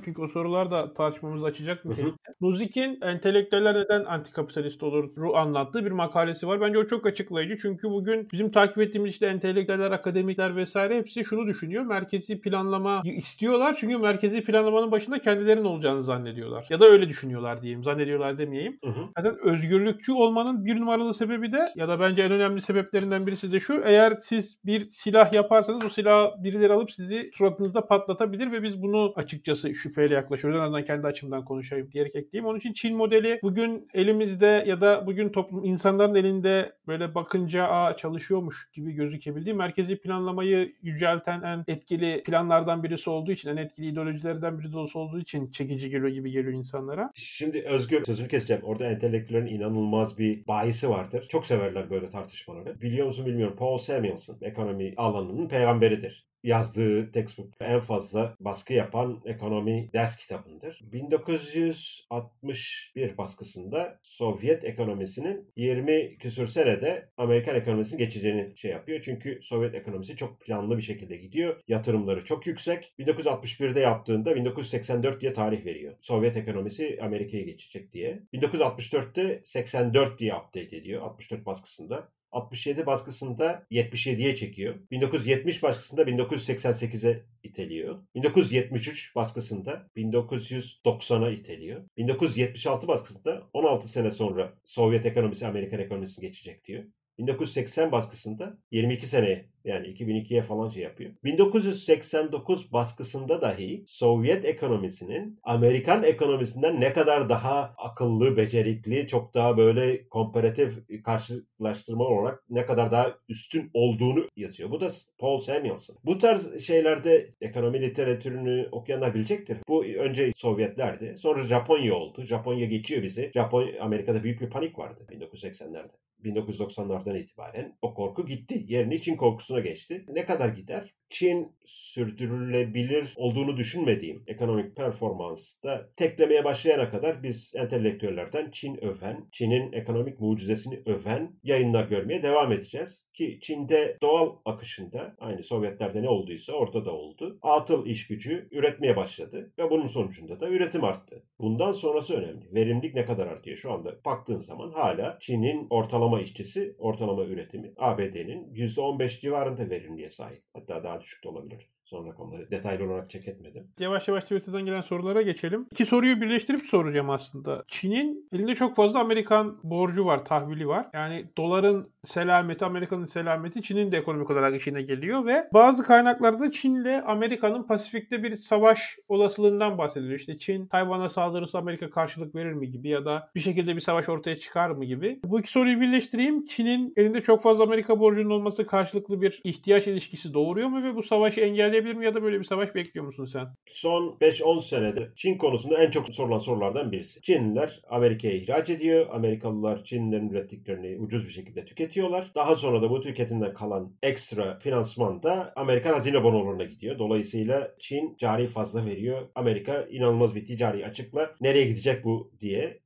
sorular da tartışmamızı açacak Hı hı. nitelikte. Nozick'in entelektüeller neden antikapitalist olur'u anlattığı bir makalesi var. Bence o çok açıklayıcı. Çünkü bugün bizim takip ettiğimiz işte entelektüeller, akademikler vesaire hepsi şunu düşünüyor. Merkezi planlama istiyorlar. Çünkü merkezi planlamanın başında kendilerinin olacağını zannediyorlar. Ya da öyle düşünüyorlar diyeyim. Zannediyorlar demeyeyim. Hı hı. Zaten özgürlükçü olmanın bir numaralı sebebi de ya da bence en önemli sebeplerinden birisi de şu. Eğer siz bir silah yaparsanız o silahı birileri alıp sizi suratınızda patlatabilir ve biz bunu açıkçası şüpheyle yaklaşıyoruz. En azından kendi açımdan konuşayım diyerek ekleyeyim. Onun için Çin modeli bugün elimizde ya da bugün toplum insanların elinde böyle bakınca aa çalışıyormuş gibi gözükebildiği merkezi planlamayı yücelten en etkili planlardan birisi olduğu için, en etkili ideolojilerden birisi olduğu için çekici geliyor gibi geliyor insanlara. Şimdi Özgür, sözünü keseceğim. Orada entelektüellerin inanılmaz bir bahisi vardır. Çok severler böyle tartışmaları. Biliyor musun bilmiyorum. Paul Samuelson ekonomi alanının peygamberidir. Yazdığı textbook en fazla baskı yapan ekonomi ders kitabındır. bin dokuz yüz altmış bir baskısında Sovyet ekonomisinin yirmi küsür senede Amerikan ekonomisinin geçeceğini şey yapıyor. Çünkü Sovyet ekonomisi çok planlı bir şekilde gidiyor. Yatırımları çok yüksek. bin dokuz yüz altmış birde yaptığında bin dokuz yüz seksen dört diye tarih veriyor. Sovyet ekonomisi Amerika'ya geçecek diye. bin dokuz yüz altmış dörtte seksen dört diye update ediyor. altmış dört baskısında. altmış yedi baskısında yetmiş yediye çekiyor. bin dokuz yüz yetmiş baskısında bin dokuz yüz seksen sekize iteliyor. bin dokuz yüz yetmiş üç baskısında bin dokuz yüz doksana iteliyor. bin dokuz yüz yetmiş altı baskısında on altı sene sonra Sovyet ekonomisi Amerikan ekonomisini geçecek diyor. bin dokuz yüz seksen baskısında yirmi iki seneye yani iki bin ikiye falan şey yapıyor. bin dokuz yüz seksen dokuz baskısında dahi Sovyet ekonomisinin Amerikan ekonomisinden ne kadar daha akıllı, becerikli, çok daha böyle komparatif karşılaştırma olarak ne kadar daha üstün olduğunu yazıyor. Bu da Paul Samuelson. Bu tarz şeylerde ekonomi literatürünü okuyanlar bilecektir. Bu önce Sovyetlerdi. Sonra Japonya oldu. Japonya geçiyor bizi. Japonya, Amerika'da büyük bir panik vardı bin dokuz yüz seksenlerde. bin dokuz yüz doksanlardan itibaren o korku gitti. Yerini Çin korkusuna geçti. Ne kadar gider? Çin sürdürülebilir olduğunu düşünmediğim ekonomik performansta teklemeye başlayana kadar biz entelektüellerden Çin öven, Çin'in ekonomik mucizesini öven yayınlar görmeye devam edeceğiz. Ki Çin'de doğal akışında aynı Sovyetlerde ne olduysa orada da oldu. Atıl iş gücü üretmeye başladı ve bunun sonucunda da üretim arttı. Bundan sonrası önemli. Verimlilik ne kadar artıyor? Şu anda baktığın zaman hala Çin'in ortalama işçisi, ortalama üretimi A B D'nin yüzde on beş civarında verimliğe sahip. Hatta daha düşük de olabilir. Sonra konuları detaylı olarak check etmedim. Yavaş yavaş Twitter'dan gelen sorulara geçelim. İki soruyu birleştirip soracağım aslında. Çin'in elinde çok fazla Amerikan borcu var, tahvili var. Yani doların selameti, Amerika'nın selameti Çin'in de ekonomik olarak işine geliyor ve bazı kaynaklarda Çin'le Amerika'nın Pasifik'te bir savaş olasılığından bahsediliyor. İşte Çin Tayvan'a saldırırsa Amerika karşılık verir mi gibi ya da bir şekilde bir savaş ortaya çıkar mı gibi. Bu iki soruyu birleştireyim. Çin'in elinde çok fazla Amerika borcunun olması karşılıklı bir ihtiyaç ilişkisi doğuruyor mu ve bu savaşı engelleyebilir mi ya da böyle bir savaş bekliyor musun sen? Son beş on senede Çin konusunda en çok sorulan sorulardan birisi. Çinliler Amerika'ya ihraç ediyor. Amerikalılar Çinlilerin ürettiklerini ucuz bir şekilde tüketiyorlar. Daha sonra da bu tüketimden kalan ekstra finansman da Amerikan hazine bonolarına gidiyor. Dolayısıyla Çin cari fazla veriyor. Amerika inanılmaz bir ticari açıkla nereye gidecek bu diye.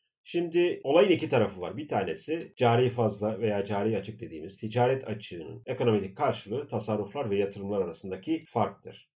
Şimdi olayın iki tarafı var. Bir tanesi cari fazla veya cari açık dediğimiz ticaret açığının ekonomik karşılığı tasarruflar ve yatırımlar arasındaki farktır.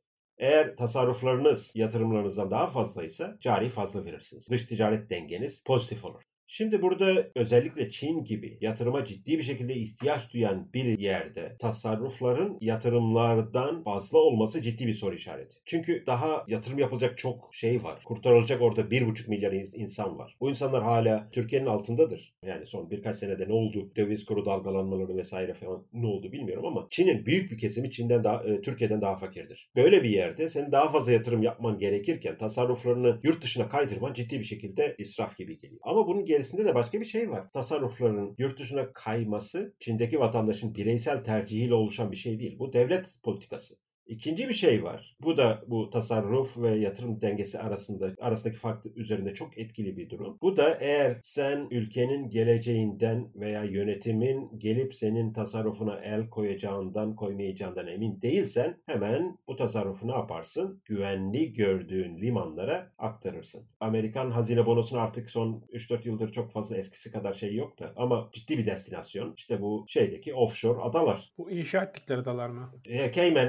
Eğer tasarruflarınız yatırımlarınızdan daha fazlaysa cari fazla verirsiniz. Dış ticaret dengeniz pozitif olur. Şimdi burada özellikle Çin gibi yatırıma ciddi bir şekilde ihtiyaç duyan bir yerde tasarrufların yatırımlardan fazla olması ciddi bir soru işareti. Çünkü daha yatırım yapılacak çok şey var. Kurtarılacak orada bir buçuk milyar insan var. Bu insanlar hala Türkiye'nin altındadır. Yani son birkaç senede ne oldu? Döviz kuru dalgalanmaları vesaire falan ne oldu bilmiyorum ama Çin'in büyük bir kesimi Çin'den daha, e, Türkiye'den daha fakirdir. Böyle bir yerde senin daha fazla yatırım yapman gerekirken tasarruflarını yurt dışına kaydırman ciddi bir şekilde israf gibi geliyor. Ama bunun gerisinde de başka bir şey var. Tasarrufların yurt dışına kayması Çin'deki vatandaşın bireysel tercihiyle oluşan bir şey değil. Bu devlet politikası. İkinci bir şey var. Bu da bu tasarruf ve yatırım dengesi arasında arasındaki fark üzerinde çok etkili bir durum. Bu da eğer sen ülkenin geleceğinden veya yönetimin gelip senin tasarrufuna el koyacağından koymayacağından emin değilsen hemen bu tasarrufu ne yaparsın? Güvenli gördüğün limanlara aktarırsın. Amerikan hazine bonosunu artık son üç dört yıldır çok fazla eskisi kadar şey yok da ama ciddi bir destinasyon. İşte bu şeydeki offshore adalar. Bu inşa ettikleri adalar mı? E, Cayman Ha.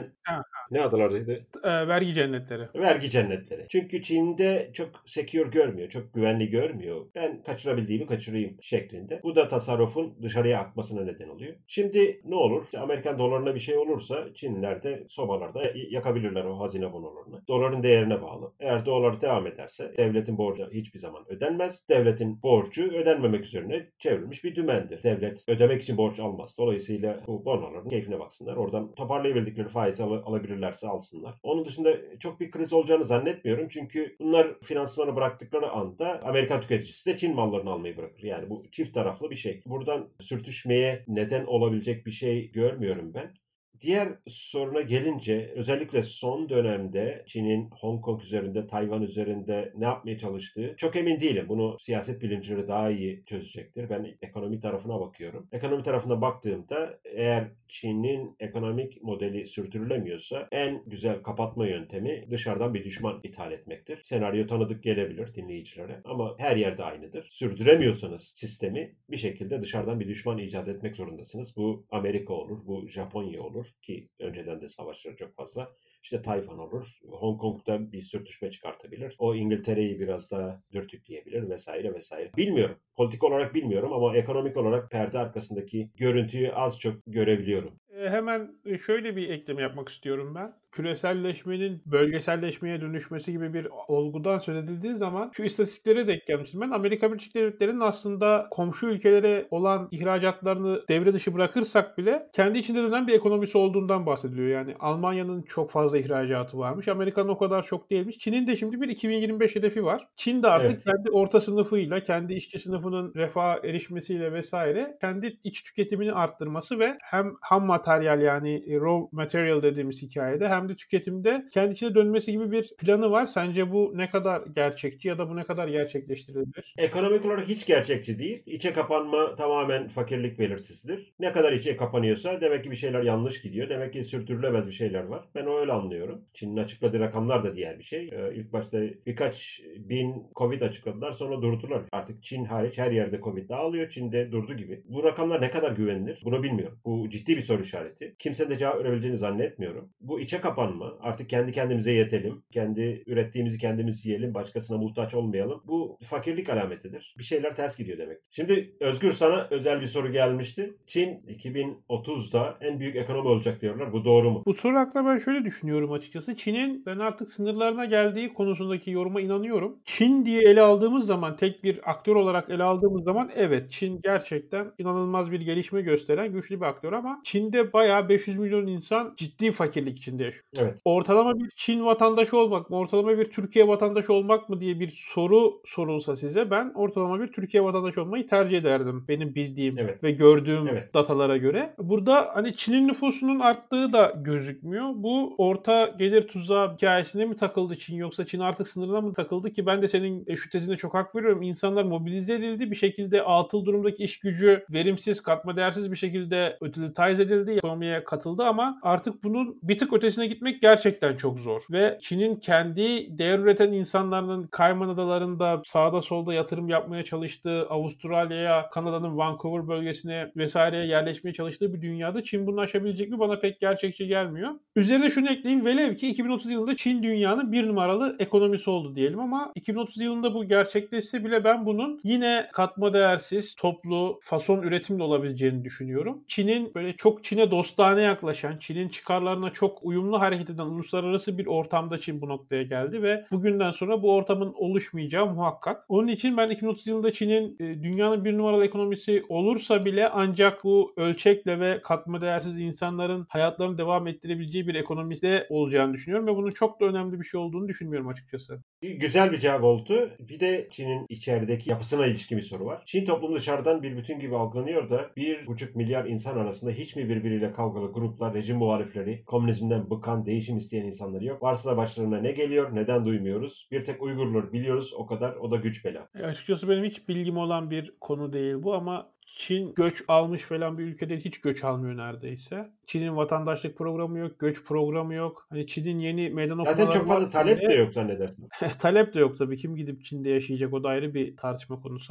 Ne adalarıydı? E, vergi cennetleri. Vergi cennetleri. Çünkü Çin'de çok secure görmüyor, çok güvenli görmüyor. Ben kaçırabildiğimi kaçırayım şeklinde. Bu da tasarrufun dışarıya akmasına neden oluyor. Şimdi ne olur? İşte Amerikan dolarına bir şey olursa Çinliler de sobalarda yakabilirler o hazine bonolarını. Doların değerine bağlı. Eğer dolar devam ederse devletin borcu hiçbir zaman ödenmez. Devletin borcu ödenmemek üzerine çevrilmiş bir dümendir. Devlet ödemek için borç almaz. Dolayısıyla bu bonoların keyfine baksınlar. Oradan toparlayabildikleri faiz al- alabilirlerse alsınlar. Onun dışında çok bir kriz olacağını zannetmiyorum. Çünkü bunlar finansmanı bıraktıkları anda Amerikan tüketicisi de Çin mallarını almayı bırakır. Yani bu çift taraflı bir şey. Buradan sürtüşmeye neden olabilecek bir şey görmüyorum ben. Diğer soruna gelince özellikle son dönemde Çin'in Hong Kong üzerinde, Tayvan üzerinde ne yapmaya çalıştığı çok emin değilim. Bunu siyaset bilimcileri daha iyi çözecektir. Ben ekonomi tarafına bakıyorum. Ekonomi tarafına baktığımda eğer Çin'in ekonomik modeli sürdürülemiyorsa en güzel kapatma yöntemi dışarıdan bir düşman ithal etmektir. Senaryo tanıdık gelebilir dinleyicilere ama her yerde aynıdır. Sürdüremiyorsanız sistemi bir şekilde dışarıdan bir düşman icat etmek zorundasınız. Bu Amerika olur, bu Japonya olur ki önceden de savaşları çok fazla. İşte Tayvan olur. Hong Kong'da bir sürtüşme çıkartabilir. O İngiltere'yi biraz daha dürtükleyebilir vesaire vesaire. Bilmiyorum. Politik olarak bilmiyorum ama ekonomik olarak perde arkasındaki görüntüyü az çok görebiliyorum. E, hemen şöyle bir ekleme yapmak istiyorum ben. Küreselleşmenin bölgeselleşmeye dönüşmesi gibi bir olgudan söz edildiği zaman şu istatistiklere denk gelmiştim. Ben Amerika Birleşik Devletleri'nin aslında komşu ülkelere olan ihracatlarını devre dışı bırakırsak bile kendi içinde dönen bir ekonomisi olduğundan bahsediliyor. Yani Almanya'nın çok fazla ihracatı varmış. Amerika'nın o kadar çok değilmiş. Çin'in de şimdi bir iki bin yirmi beş hedefi var. Çin de artık Evet. kendi orta sınıfıyla, kendi işçi sınıfının refah erişmesiyle vesaire kendi iç tüketimini arttırması ve hem ham materyal yani raw material dediğimiz hikayede hem de tüketimde kendi içine dönmesi gibi bir planı var. Sence bu ne kadar gerçekçi ya da bu ne kadar gerçekleştirilebilir? Ekonomik olarak hiç gerçekçi değil. İçe kapanma tamamen fakirlik belirtisidir. Ne kadar içe kapanıyorsa demek ki bir şeyler yanlış gidiyor. Demek ki sürdürülemez bir şeyler var. Ben öyle anlıyorum. Çin'in açıkladığı rakamlar da diğer bir şey. Ee, ilk başta birkaç bin Covid açıkladılar sonra durdular. Artık Çin hariç her yerde Covid dağılıyor. Çin'de durdu gibi. Bu rakamlar ne kadar güvenilir? Bunu bilmiyorum. Bu ciddi bir soru işareti. Kimsenin de cevap verebileceğini zannetmiyorum. Bu içe kapanma, artık kendi kendimize yetelim, kendi ürettiğimizi kendimiz yiyelim, başkasına muhtaç olmayalım. Bu fakirlik alametidir. Bir şeyler ters gidiyor demek. Şimdi Özgür sana özel bir soru gelmişti. Çin iki bin otuzda en büyük ekonomi olacak diyorlar. Bu doğru mu? Bu soru hakkında ben şöyle düşünüyorum açıkçası. Çin'in ben artık sınırlarına geldiği konusundaki yoruma inanıyorum. Çin diye ele aldığımız zaman, tek bir aktör olarak ele aldığımız zaman evet Çin gerçekten inanılmaz bir gelişme gösteren güçlü bir aktör ama Çin'de bayağı beş yüz milyon insan ciddi fakirlik içinde yaşıyor. Evet. Ortalama bir Çin vatandaşı olmak mı, ortalama bir Türkiye vatandaşı olmak mı diye bir soru sorulsa size ben ortalama bir Türkiye vatandaşı olmayı tercih ederdim. Benim bildiğim Evet. ve gördüğüm Evet. datalara göre. Burada hani Çin'in nüfusunun arttığı da gözükmüyor. Bu orta gelir tuzağı hikayesine mi takıldı Çin yoksa Çin artık sınırına mı takıldı ki ben de senin e, şu tezine çok hak veriyorum. İnsanlar mobilize edildi. Bir şekilde atıl durumdaki iş gücü verimsiz, katma değersiz bir şekilde utilitize edildi. Ekonomiye katıldı ama artık bunun bir tık ötesine gitmek gerçekten çok zor. Ve Çin'in kendi değer üreten insanların Kayman Adaları'nda sağda solda yatırım yapmaya çalıştığı, Avustralya'ya, Kanada'nın Vancouver bölgesine vesaireye yerleşmeye çalıştığı bir dünyada Çin bunu aşabilecek mi? Bana pek gerçekçi gelmiyor. Üzerine şunu ekleyeyim. Velev ki iki bin otuz yılında Çin dünyanın bir numaralı ekonomisi oldu diyelim ama iki bin otuz yılında bu gerçekleşse bile ben bunun yine katma değersiz, toplu, fason üretimle olabileceğini düşünüyorum. Çin'in böyle çok Çin'e dostane yaklaşan, Çin'in çıkarlarına çok uyumlu hareket eden uluslararası bir ortamda Çin bu noktaya geldi ve bugünden sonra bu ortamın oluşmayacağı muhakkak. Onun için ben iki bin otuz yılında Çin'in e, dünyanın bir numaralı ekonomisi olursa bile ancak bu ölçekle ve katma değersiz insanların hayatlarını devam ettirebileceği bir ekonomide olacağını düşünüyorum ve bunun çok da önemli bir şey olduğunu düşünmüyorum açıkçası. Güzel bir cevap oldu. Bir de Çin'in içerideki yapısına ilişkin bir soru var. Çin toplumu dışarıdan bir bütün gibi algılanıyor da bir buçuk milyar insan arasında hiç mi birbiriyle kavgalı gruplar, rejim muhalifleri, komünizmden bıkan, değişim isteyen insanları yok? Varsa da başlarına ne geliyor? Neden duymuyoruz? Bir tek Uygurlar biliyoruz o kadar. O da güç bela. E açıkçası benim hiç bilgim olan bir konu değil bu ama Çin göç almış falan bir ülkede hiç göç almıyor neredeyse. Çin'in vatandaşlık programı yok, göç programı yok. Hani Çin'in yeni meydan okumaları Zaten çok fazla talep de yok zannedersin. talep de yok tabii. Kim gidip Çin'de yaşayacak o da ayrı bir tartışma konusu ama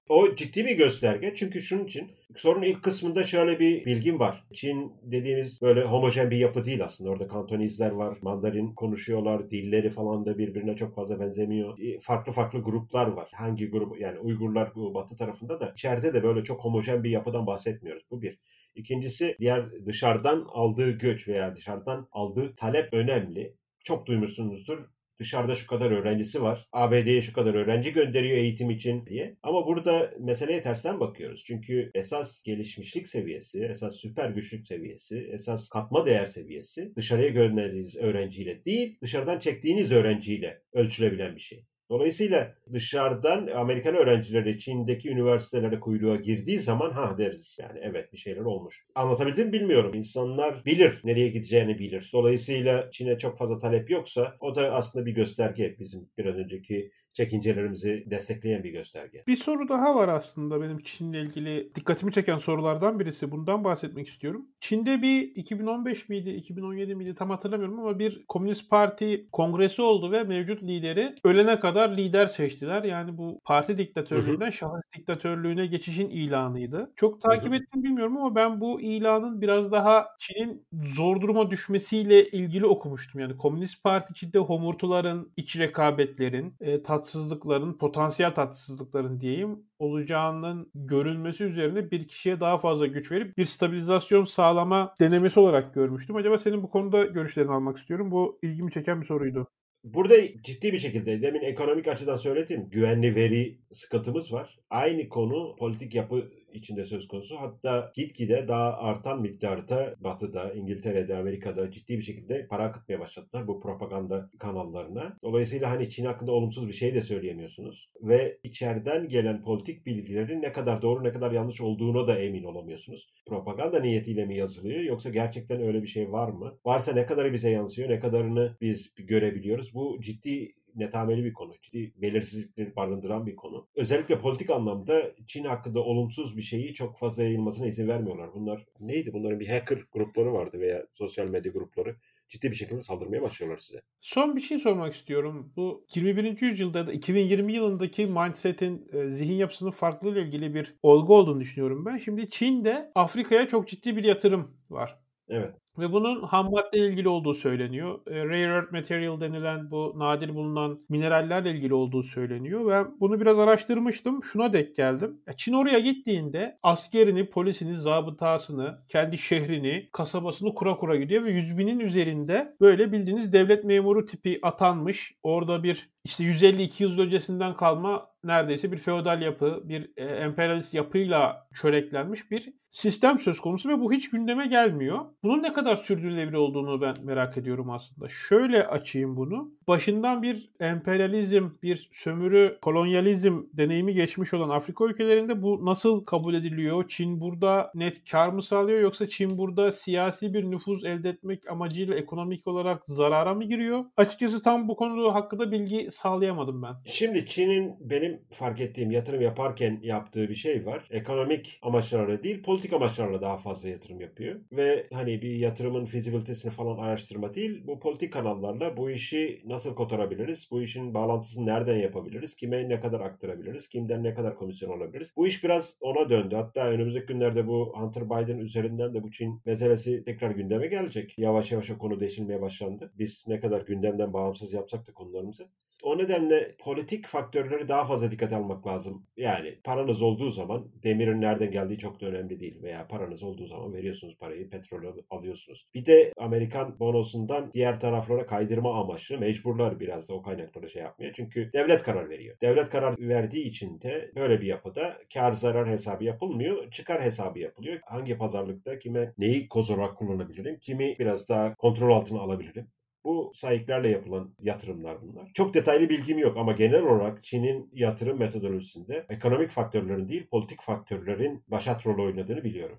O ciddi bir gösterge. Çünkü şunun için sorunun ilk kısmında şöyle bir bilgim var. Çin dediğimiz böyle homojen bir yapı değil aslında. Orada Kantonizler var. Mandarin konuşuyorlar. Dilleri falan da birbirine çok fazla benzemiyor. Farklı farklı gruplar var. Hangi grup yani Uygurlar bu batı tarafında da içeride de böyle çok homojen bir yapıdan bahsetmiyoruz. Bu bir. İkincisi diğer dışarıdan aldığı göç veya dışarıdan aldığı talep önemli. Çok duymuşsunuzdur. Dışarıda şu kadar öğrencisi var. A B D'ye şu kadar öğrenci gönderiyor eğitim için diye. Ama burada meseleye tersten bakıyoruz. Çünkü esas gelişmişlik seviyesi, esas süper güçlük seviyesi, esas katma değer seviyesi dışarıya gönderdiğiniz öğrenciyle değil, dışarıdan çektiğiniz öğrenciyle ölçülebilen bir şey. Dolayısıyla dışarıdan Amerikan öğrencileri Çin'deki üniversitelere kuyruğa girdiği zaman ha deriz. Yani evet bir şeyler olmuş. Anlatabildim mi bilmiyorum. İnsanlar bilir nereye gideceğini bilir. Dolayısıyla Çin'e çok fazla talep yoksa o da aslında bir gösterge bizim biraz önceki çekincelerimizi destekleyen bir gösterge. Bir soru daha var aslında benim Çin'le ilgili dikkatimi çeken sorulardan birisi. Bundan bahsetmek istiyorum. Çin'de bir iki bin on beş miydi, iki bin on yedi miydi tam hatırlamıyorum ama bir Komünist Parti kongresi oldu ve mevcut lideri ölene kadar lider seçtiler. Yani bu parti diktatörlüğünden hı hı. şahıs diktatörlüğüne geçişin ilanıydı. Çok takip hı hı. ettim bilmiyorum ama ben bu ilanın biraz daha Çin'in zor duruma düşmesiyle ilgili okumuştum. Yani Komünist Parti içinde homurtuların, iç rekabetlerin, e, tatsızlıkların, potansiyel tatsızlıkların diyeyim olacağının görülmesi üzerine bir kişiye daha fazla güç verip bir stabilizasyon sağlama denemesi olarak görmüştüm. Acaba senin bu konuda görüşlerini almak istiyorum. Bu ilgimi çeken bir soruydu. Burada ciddi bir şekilde demin ekonomik açıdan söyledim. Güvenli veri sıkıntımız var. Aynı konu politik yapı içinde söz konusu. Hatta gitgide daha artan miktarda Batı'da, İngiltere'de, Amerika'da ciddi bir şekilde para akıtmaya başladılar bu propaganda kanallarına. Dolayısıyla hani Çin hakkında olumsuz bir şey de söyleyemiyorsunuz. Ve içeriden gelen politik bilgilerin ne kadar doğru ne kadar yanlış olduğuna da emin olamıyorsunuz. Propaganda niyetiyle mi yazılıyor yoksa gerçekten öyle bir şey var mı? Varsa ne kadarı bize yansıyor, ne kadarını biz görebiliyoruz? Bu ciddi netameli bir konu. Ciddi belirsizlikleri barındıran bir konu. Özellikle politik anlamda Çin hakkında olumsuz bir şeyi çok fazla yayılmasına izin vermiyorlar. Bunlar neydi? Bunların bir hacker grupları vardı veya sosyal medya grupları. Ciddi bir şekilde saldırmaya başlıyorlar size. Son bir şey sormak istiyorum. Bu yirmi birinci yüzyılda da iki bin yirmi yılındaki mindset'in, zihin yapısının farklılığı ile ilgili bir olgu olduğunu düşünüyorum ben. Şimdi Çin'de Afrika'ya çok ciddi bir yatırım var. Evet. Ve bunun ham madde ile ilgili olduğu söyleniyor. Rare earth material denilen bu nadir bulunan minerallerle ilgili olduğu söyleniyor. Ve bunu biraz araştırmıştım. Şuna denk geldim. Çin oraya gittiğinde askerini, polisini, zabıtasını, kendi şehrini, kasabasını kura kura gidiyor ve yüz binin üzerinde böyle bildiğiniz devlet memuru tipi atanmış. Orada bir işte yüz elli iki yıl öncesinden kalma neredeyse bir feodal yapı, bir e, emperyalist yapıyla çöreklenmiş bir sistem söz konusu ve bu hiç gündeme gelmiyor. Bunun ne kadar sürdürülebilir olduğunu ben merak ediyorum aslında. Şöyle açayım bunu. Başından bir emperyalizm, bir sömürü, kolonyalizm deneyimi geçmiş olan Afrika ülkelerinde bu nasıl kabul ediliyor? Çin burada net kar mı sağlıyor yoksa Çin burada siyasi bir nüfuz elde etmek amacıyla ekonomik olarak zarara mı giriyor? Açıkçası tam bu konu hakkında bilgi sağlayamadım ben. Şimdi Çin'in benim fark ettiğim yatırım yaparken yaptığı bir şey var. Ekonomik amaçlarla değil, politik amaçlarla daha fazla yatırım yapıyor. Ve hani bir yatırımın fizibilitesini falan araştırma değil, bu politik kanallarla bu işi nasıl kotarabiliriz? Bu işin bağlantısını nereden yapabiliriz? Kime ne kadar aktarabiliriz? Kimden ne kadar komisyon alabiliriz? Bu iş biraz ona döndü. Hatta önümüzdeki günlerde bu Hunter Biden üzerinden de bu Çin meselesi tekrar gündeme gelecek. Yavaş yavaş o konu değişilmeye başlandı. Biz ne kadar gündemden bağımsız yapsak da konularımızı. O nedenle politik faktörleri daha fazla dikkate almak lazım. Yani paranız olduğu zaman demirin nereden geldiği çok da önemli değil. Veya paranız olduğu zaman veriyorsunuz parayı, petrolü alıyorsunuz. Bir de Amerikan bonosundan diğer taraflara kaydırma amaçlı mecburlar biraz da o kaynaklara şey yapmaya. Çünkü devlet karar veriyor. Devlet karar verdiği için de böyle bir yapıda kar zarar hesabı yapılmıyor. Çıkar hesabı yapılıyor. Hangi pazarlıkta kime neyi koz olarak kullanabilirim? Kimi biraz daha kontrol altına alabilirim? Bu sahiplerle yapılan yatırımlar bunlar. Çok detaylı bilgim yok ama genel olarak Çin'in yatırım metodolojisinde ekonomik faktörlerin değil politik faktörlerin başat rol oynadığını biliyorum.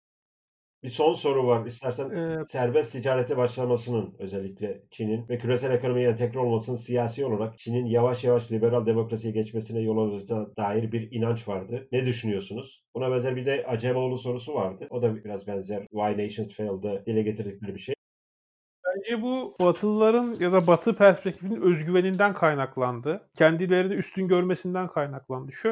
Bir son soru var. İstersen ee, serbest ticarete başlamasının özellikle Çin'in ve küresel ekonomiye entegre olmasının siyasi olarak Çin'in yavaş yavaş liberal demokrasiye geçmesine yol açacağı dair bir inanç vardı. Ne düşünüyorsunuz? Buna benzer bir de Acemoğlu sorusu vardı. O da biraz benzer Why Nations Failed'da dile getirdikleri bir şey. Bence bu Batılıların ya da Batı perspektifinin özgüveninden kaynaklandı. Kendilerini üstün görmesinden kaynaklandı. Şöyle,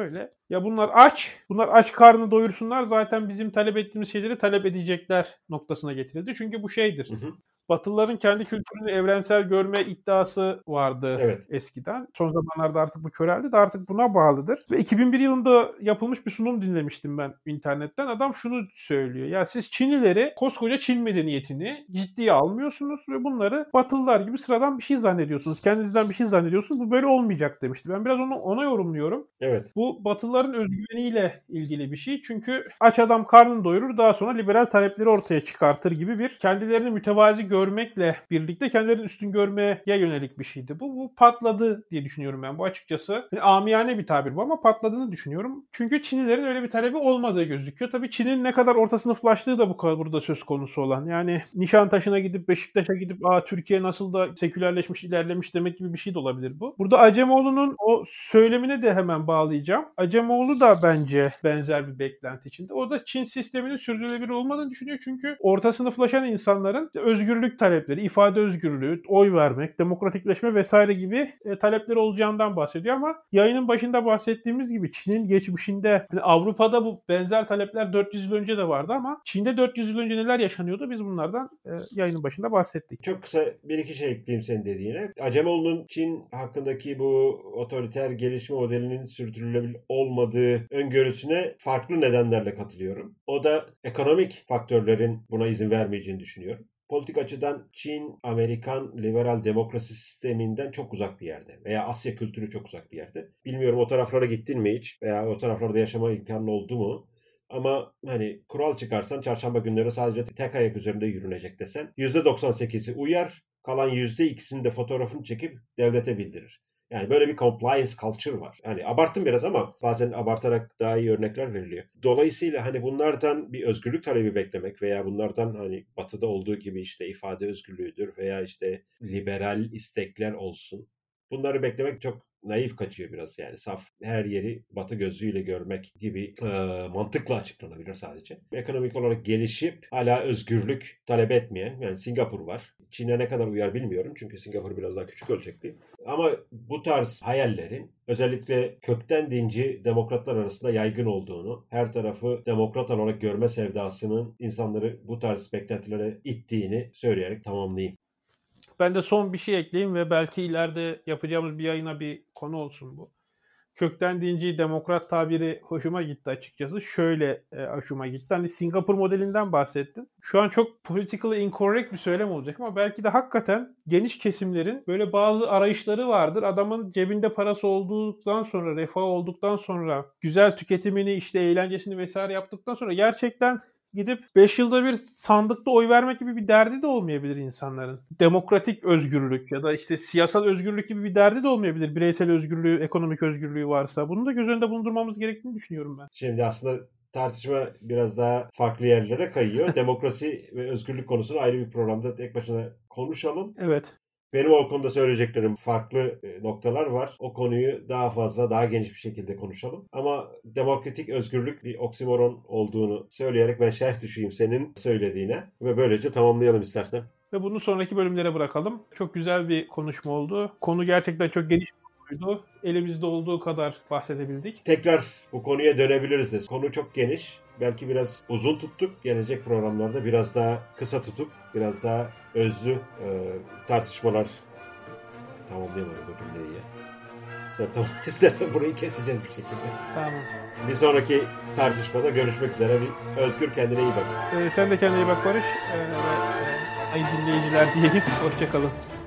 Ya bunlar aç, bunlar aç karnını doyursunlar zaten bizim talep ettiğimiz şeyleri talep edecekler noktasına getirildi. Çünkü bu şeydir. Hı hı. Batılıların kendi kültürünü evrensel görme iddiası vardı Evet. eskiden. Son zamanlarda artık bu köreldi de artık buna bağlıdır. Ve iki bin bir yılında yapılmış bir sunum dinlemiştim ben internetten. Adam şunu söylüyor. Ya siz Çinlileri, koskoca Çin medeniyetini ciddiye almıyorsunuz ve bunları Batılılar gibi sıradan bir şey zannediyorsunuz. Kendinizden bir şey zannediyorsunuz. Bu böyle olmayacak demişti. Ben biraz onu ona yorumluyorum. Evet. Bu Batılıların özgüveniyle ilgili bir şey. Çünkü aç adam karnını doyurur, daha sonra liberal talepleri ortaya çıkartır gibi bir kendilerini mütevazi görmekle birlikte kendilerini üstün görmeye yönelik bir şeydi. Bu, bu patladı diye düşünüyorum ben. Bu açıkçası yani amiyane bir tabir bu ama patladığını düşünüyorum. Çünkü Çinlilerin öyle bir talebi olmadığı gözüküyor. Tabii Çin'in ne kadar orta sınıflaştığı da bu kadar burada söz konusu olan. Yani Nişantaşı'na gidip Beşiktaş'a gidip aa Türkiye nasıl da sekülerleşmiş, ilerlemiş demek gibi bir şey de olabilir bu. Burada Acemoğlu'nun o söylemine de hemen bağlayacağım. Acemoğlu da bence benzer bir beklenti içinde. O da Çin sisteminin sürdürülebilir olmadığını düşünüyor. Çünkü orta sınıflaşan insanların özgürlük talepleri, ifade özgürlüğü, oy vermek, demokratikleşme vesaire gibi e, talepleri olacağından bahsediyor ama yayının başında bahsettiğimiz gibi Çin'in geçmişinde yani Avrupa'da bu benzer talepler dört yüz yıl önce de vardı ama Çin'de dört yüz yıl önce neler yaşanıyordu biz bunlardan e, yayının başında bahsettik. Çok kısa bir iki şey ekleyeyim senin dediğine. Acemoğlu'nun Çin hakkındaki bu otoriter gelişme modelinin sürdürülebilir olmadığı öngörüsüne farklı nedenlerle katılıyorum. O da ekonomik faktörlerin buna izin vermeyeceğini düşünüyorum. Politik açıdan Çin, Amerikan liberal demokrasi sisteminden çok uzak bir yerde. Veya Asya kültürü çok uzak bir yerde. Bilmiyorum o taraflara gittin mi hiç? Veya o taraflarda yaşama imkanı oldu mu? Ama hani kural çıkarsan çarşamba günleri sadece tek ayak üzerinde yürünecek desen yüzde doksan sekizi uyar. Kalan yüzde ikisini de fotoğrafını çekip devlete bildirir. Yani böyle bir compliance culture var. Yani abarttım biraz ama bazen abartarak daha iyi örnekler veriliyor. Dolayısıyla hani bunlardan bir özgürlük talebi beklemek veya bunlardan hani Batı'da olduğu gibi işte ifade özgürlüğüdür veya işte liberal istekler olsun. Bunları beklemek çok naif kaçıyor biraz yani. Saf her yeri Batı gözüyle görmek gibi e, mantıkla açıklanabilir sadece. Ekonomik olarak gelişip hala özgürlük talep etmeyen yani Singapur var. Çin'e ne kadar uyar bilmiyorum çünkü Singapur biraz daha küçük ölçekli. Ama bu tarz hayallerin özellikle kökten dinci demokratlar arasında yaygın olduğunu, her tarafı demokrat olarak görme sevdasının insanları bu tarz beklentilere ittiğini söyleyerek tamamlayayım. Ben de son bir şey ekleyeyim ve belki ileride yapacağımız bir yayına bir konu olsun bu. Kökten dinci demokrat tabiri hoşuma gitti açıkçası. Şöyle e, hoşuma gitti. Hani Singapur modelinden bahsettin. Şu an çok politically incorrect bir söylem olacak ama belki de hakikaten geniş kesimlerin böyle bazı arayışları vardır. Adamın cebinde parası olduktan sonra, refah olduktan sonra, güzel tüketimini, işte eğlencesini vesaire yaptıktan sonra gerçekten gidip beş yılda bir sandıkta oy vermek gibi bir derdi de olmayabilir insanların. Demokratik özgürlük ya da işte siyasal özgürlük gibi bir derdi de olmayabilir. Bireysel özgürlüğü, ekonomik özgürlüğü varsa. Bunu da göz önünde bulundurmamız gerektiğini düşünüyorum ben. Şimdi aslında tartışma biraz daha farklı yerlere kayıyor. Demokrasi ve özgürlük konusunu ayrı bir programda tek başına konuşalım. Evet. Benim o konuda söyleyeceklerim farklı noktalar var. O konuyu daha fazla, daha geniş bir şekilde konuşalım. Ama demokratik özgürlük bir oksimoron olduğunu söyleyerek ben şerh düşeyim senin söylediğine. Ve böylece tamamlayalım istersen. Ve bunu sonraki bölümlere bırakalım. Çok güzel bir konuşma oldu. Konu gerçekten çok geniş bir konuydu. Elimizde olduğu kadar bahsedebildik. Tekrar bu konuya dönebiliriz de. Konu çok geniş. Belki biraz uzun tuttuk. Gelecek programlarda biraz daha kısa tutup biraz daha özlü e, tartışmalar tamamlayamadık o cümleyi ya. Sen tamam istersen burayı keseceğiz bir şekilde. Tamam. Bir sonraki tartışmada görüşmek üzere. Bir Özgür kendine iyi bak. Ee, sen de kendine iyi bak Barış. Ee, ve, e, sayın dinleyiciler diyelim. Hoşçakalın.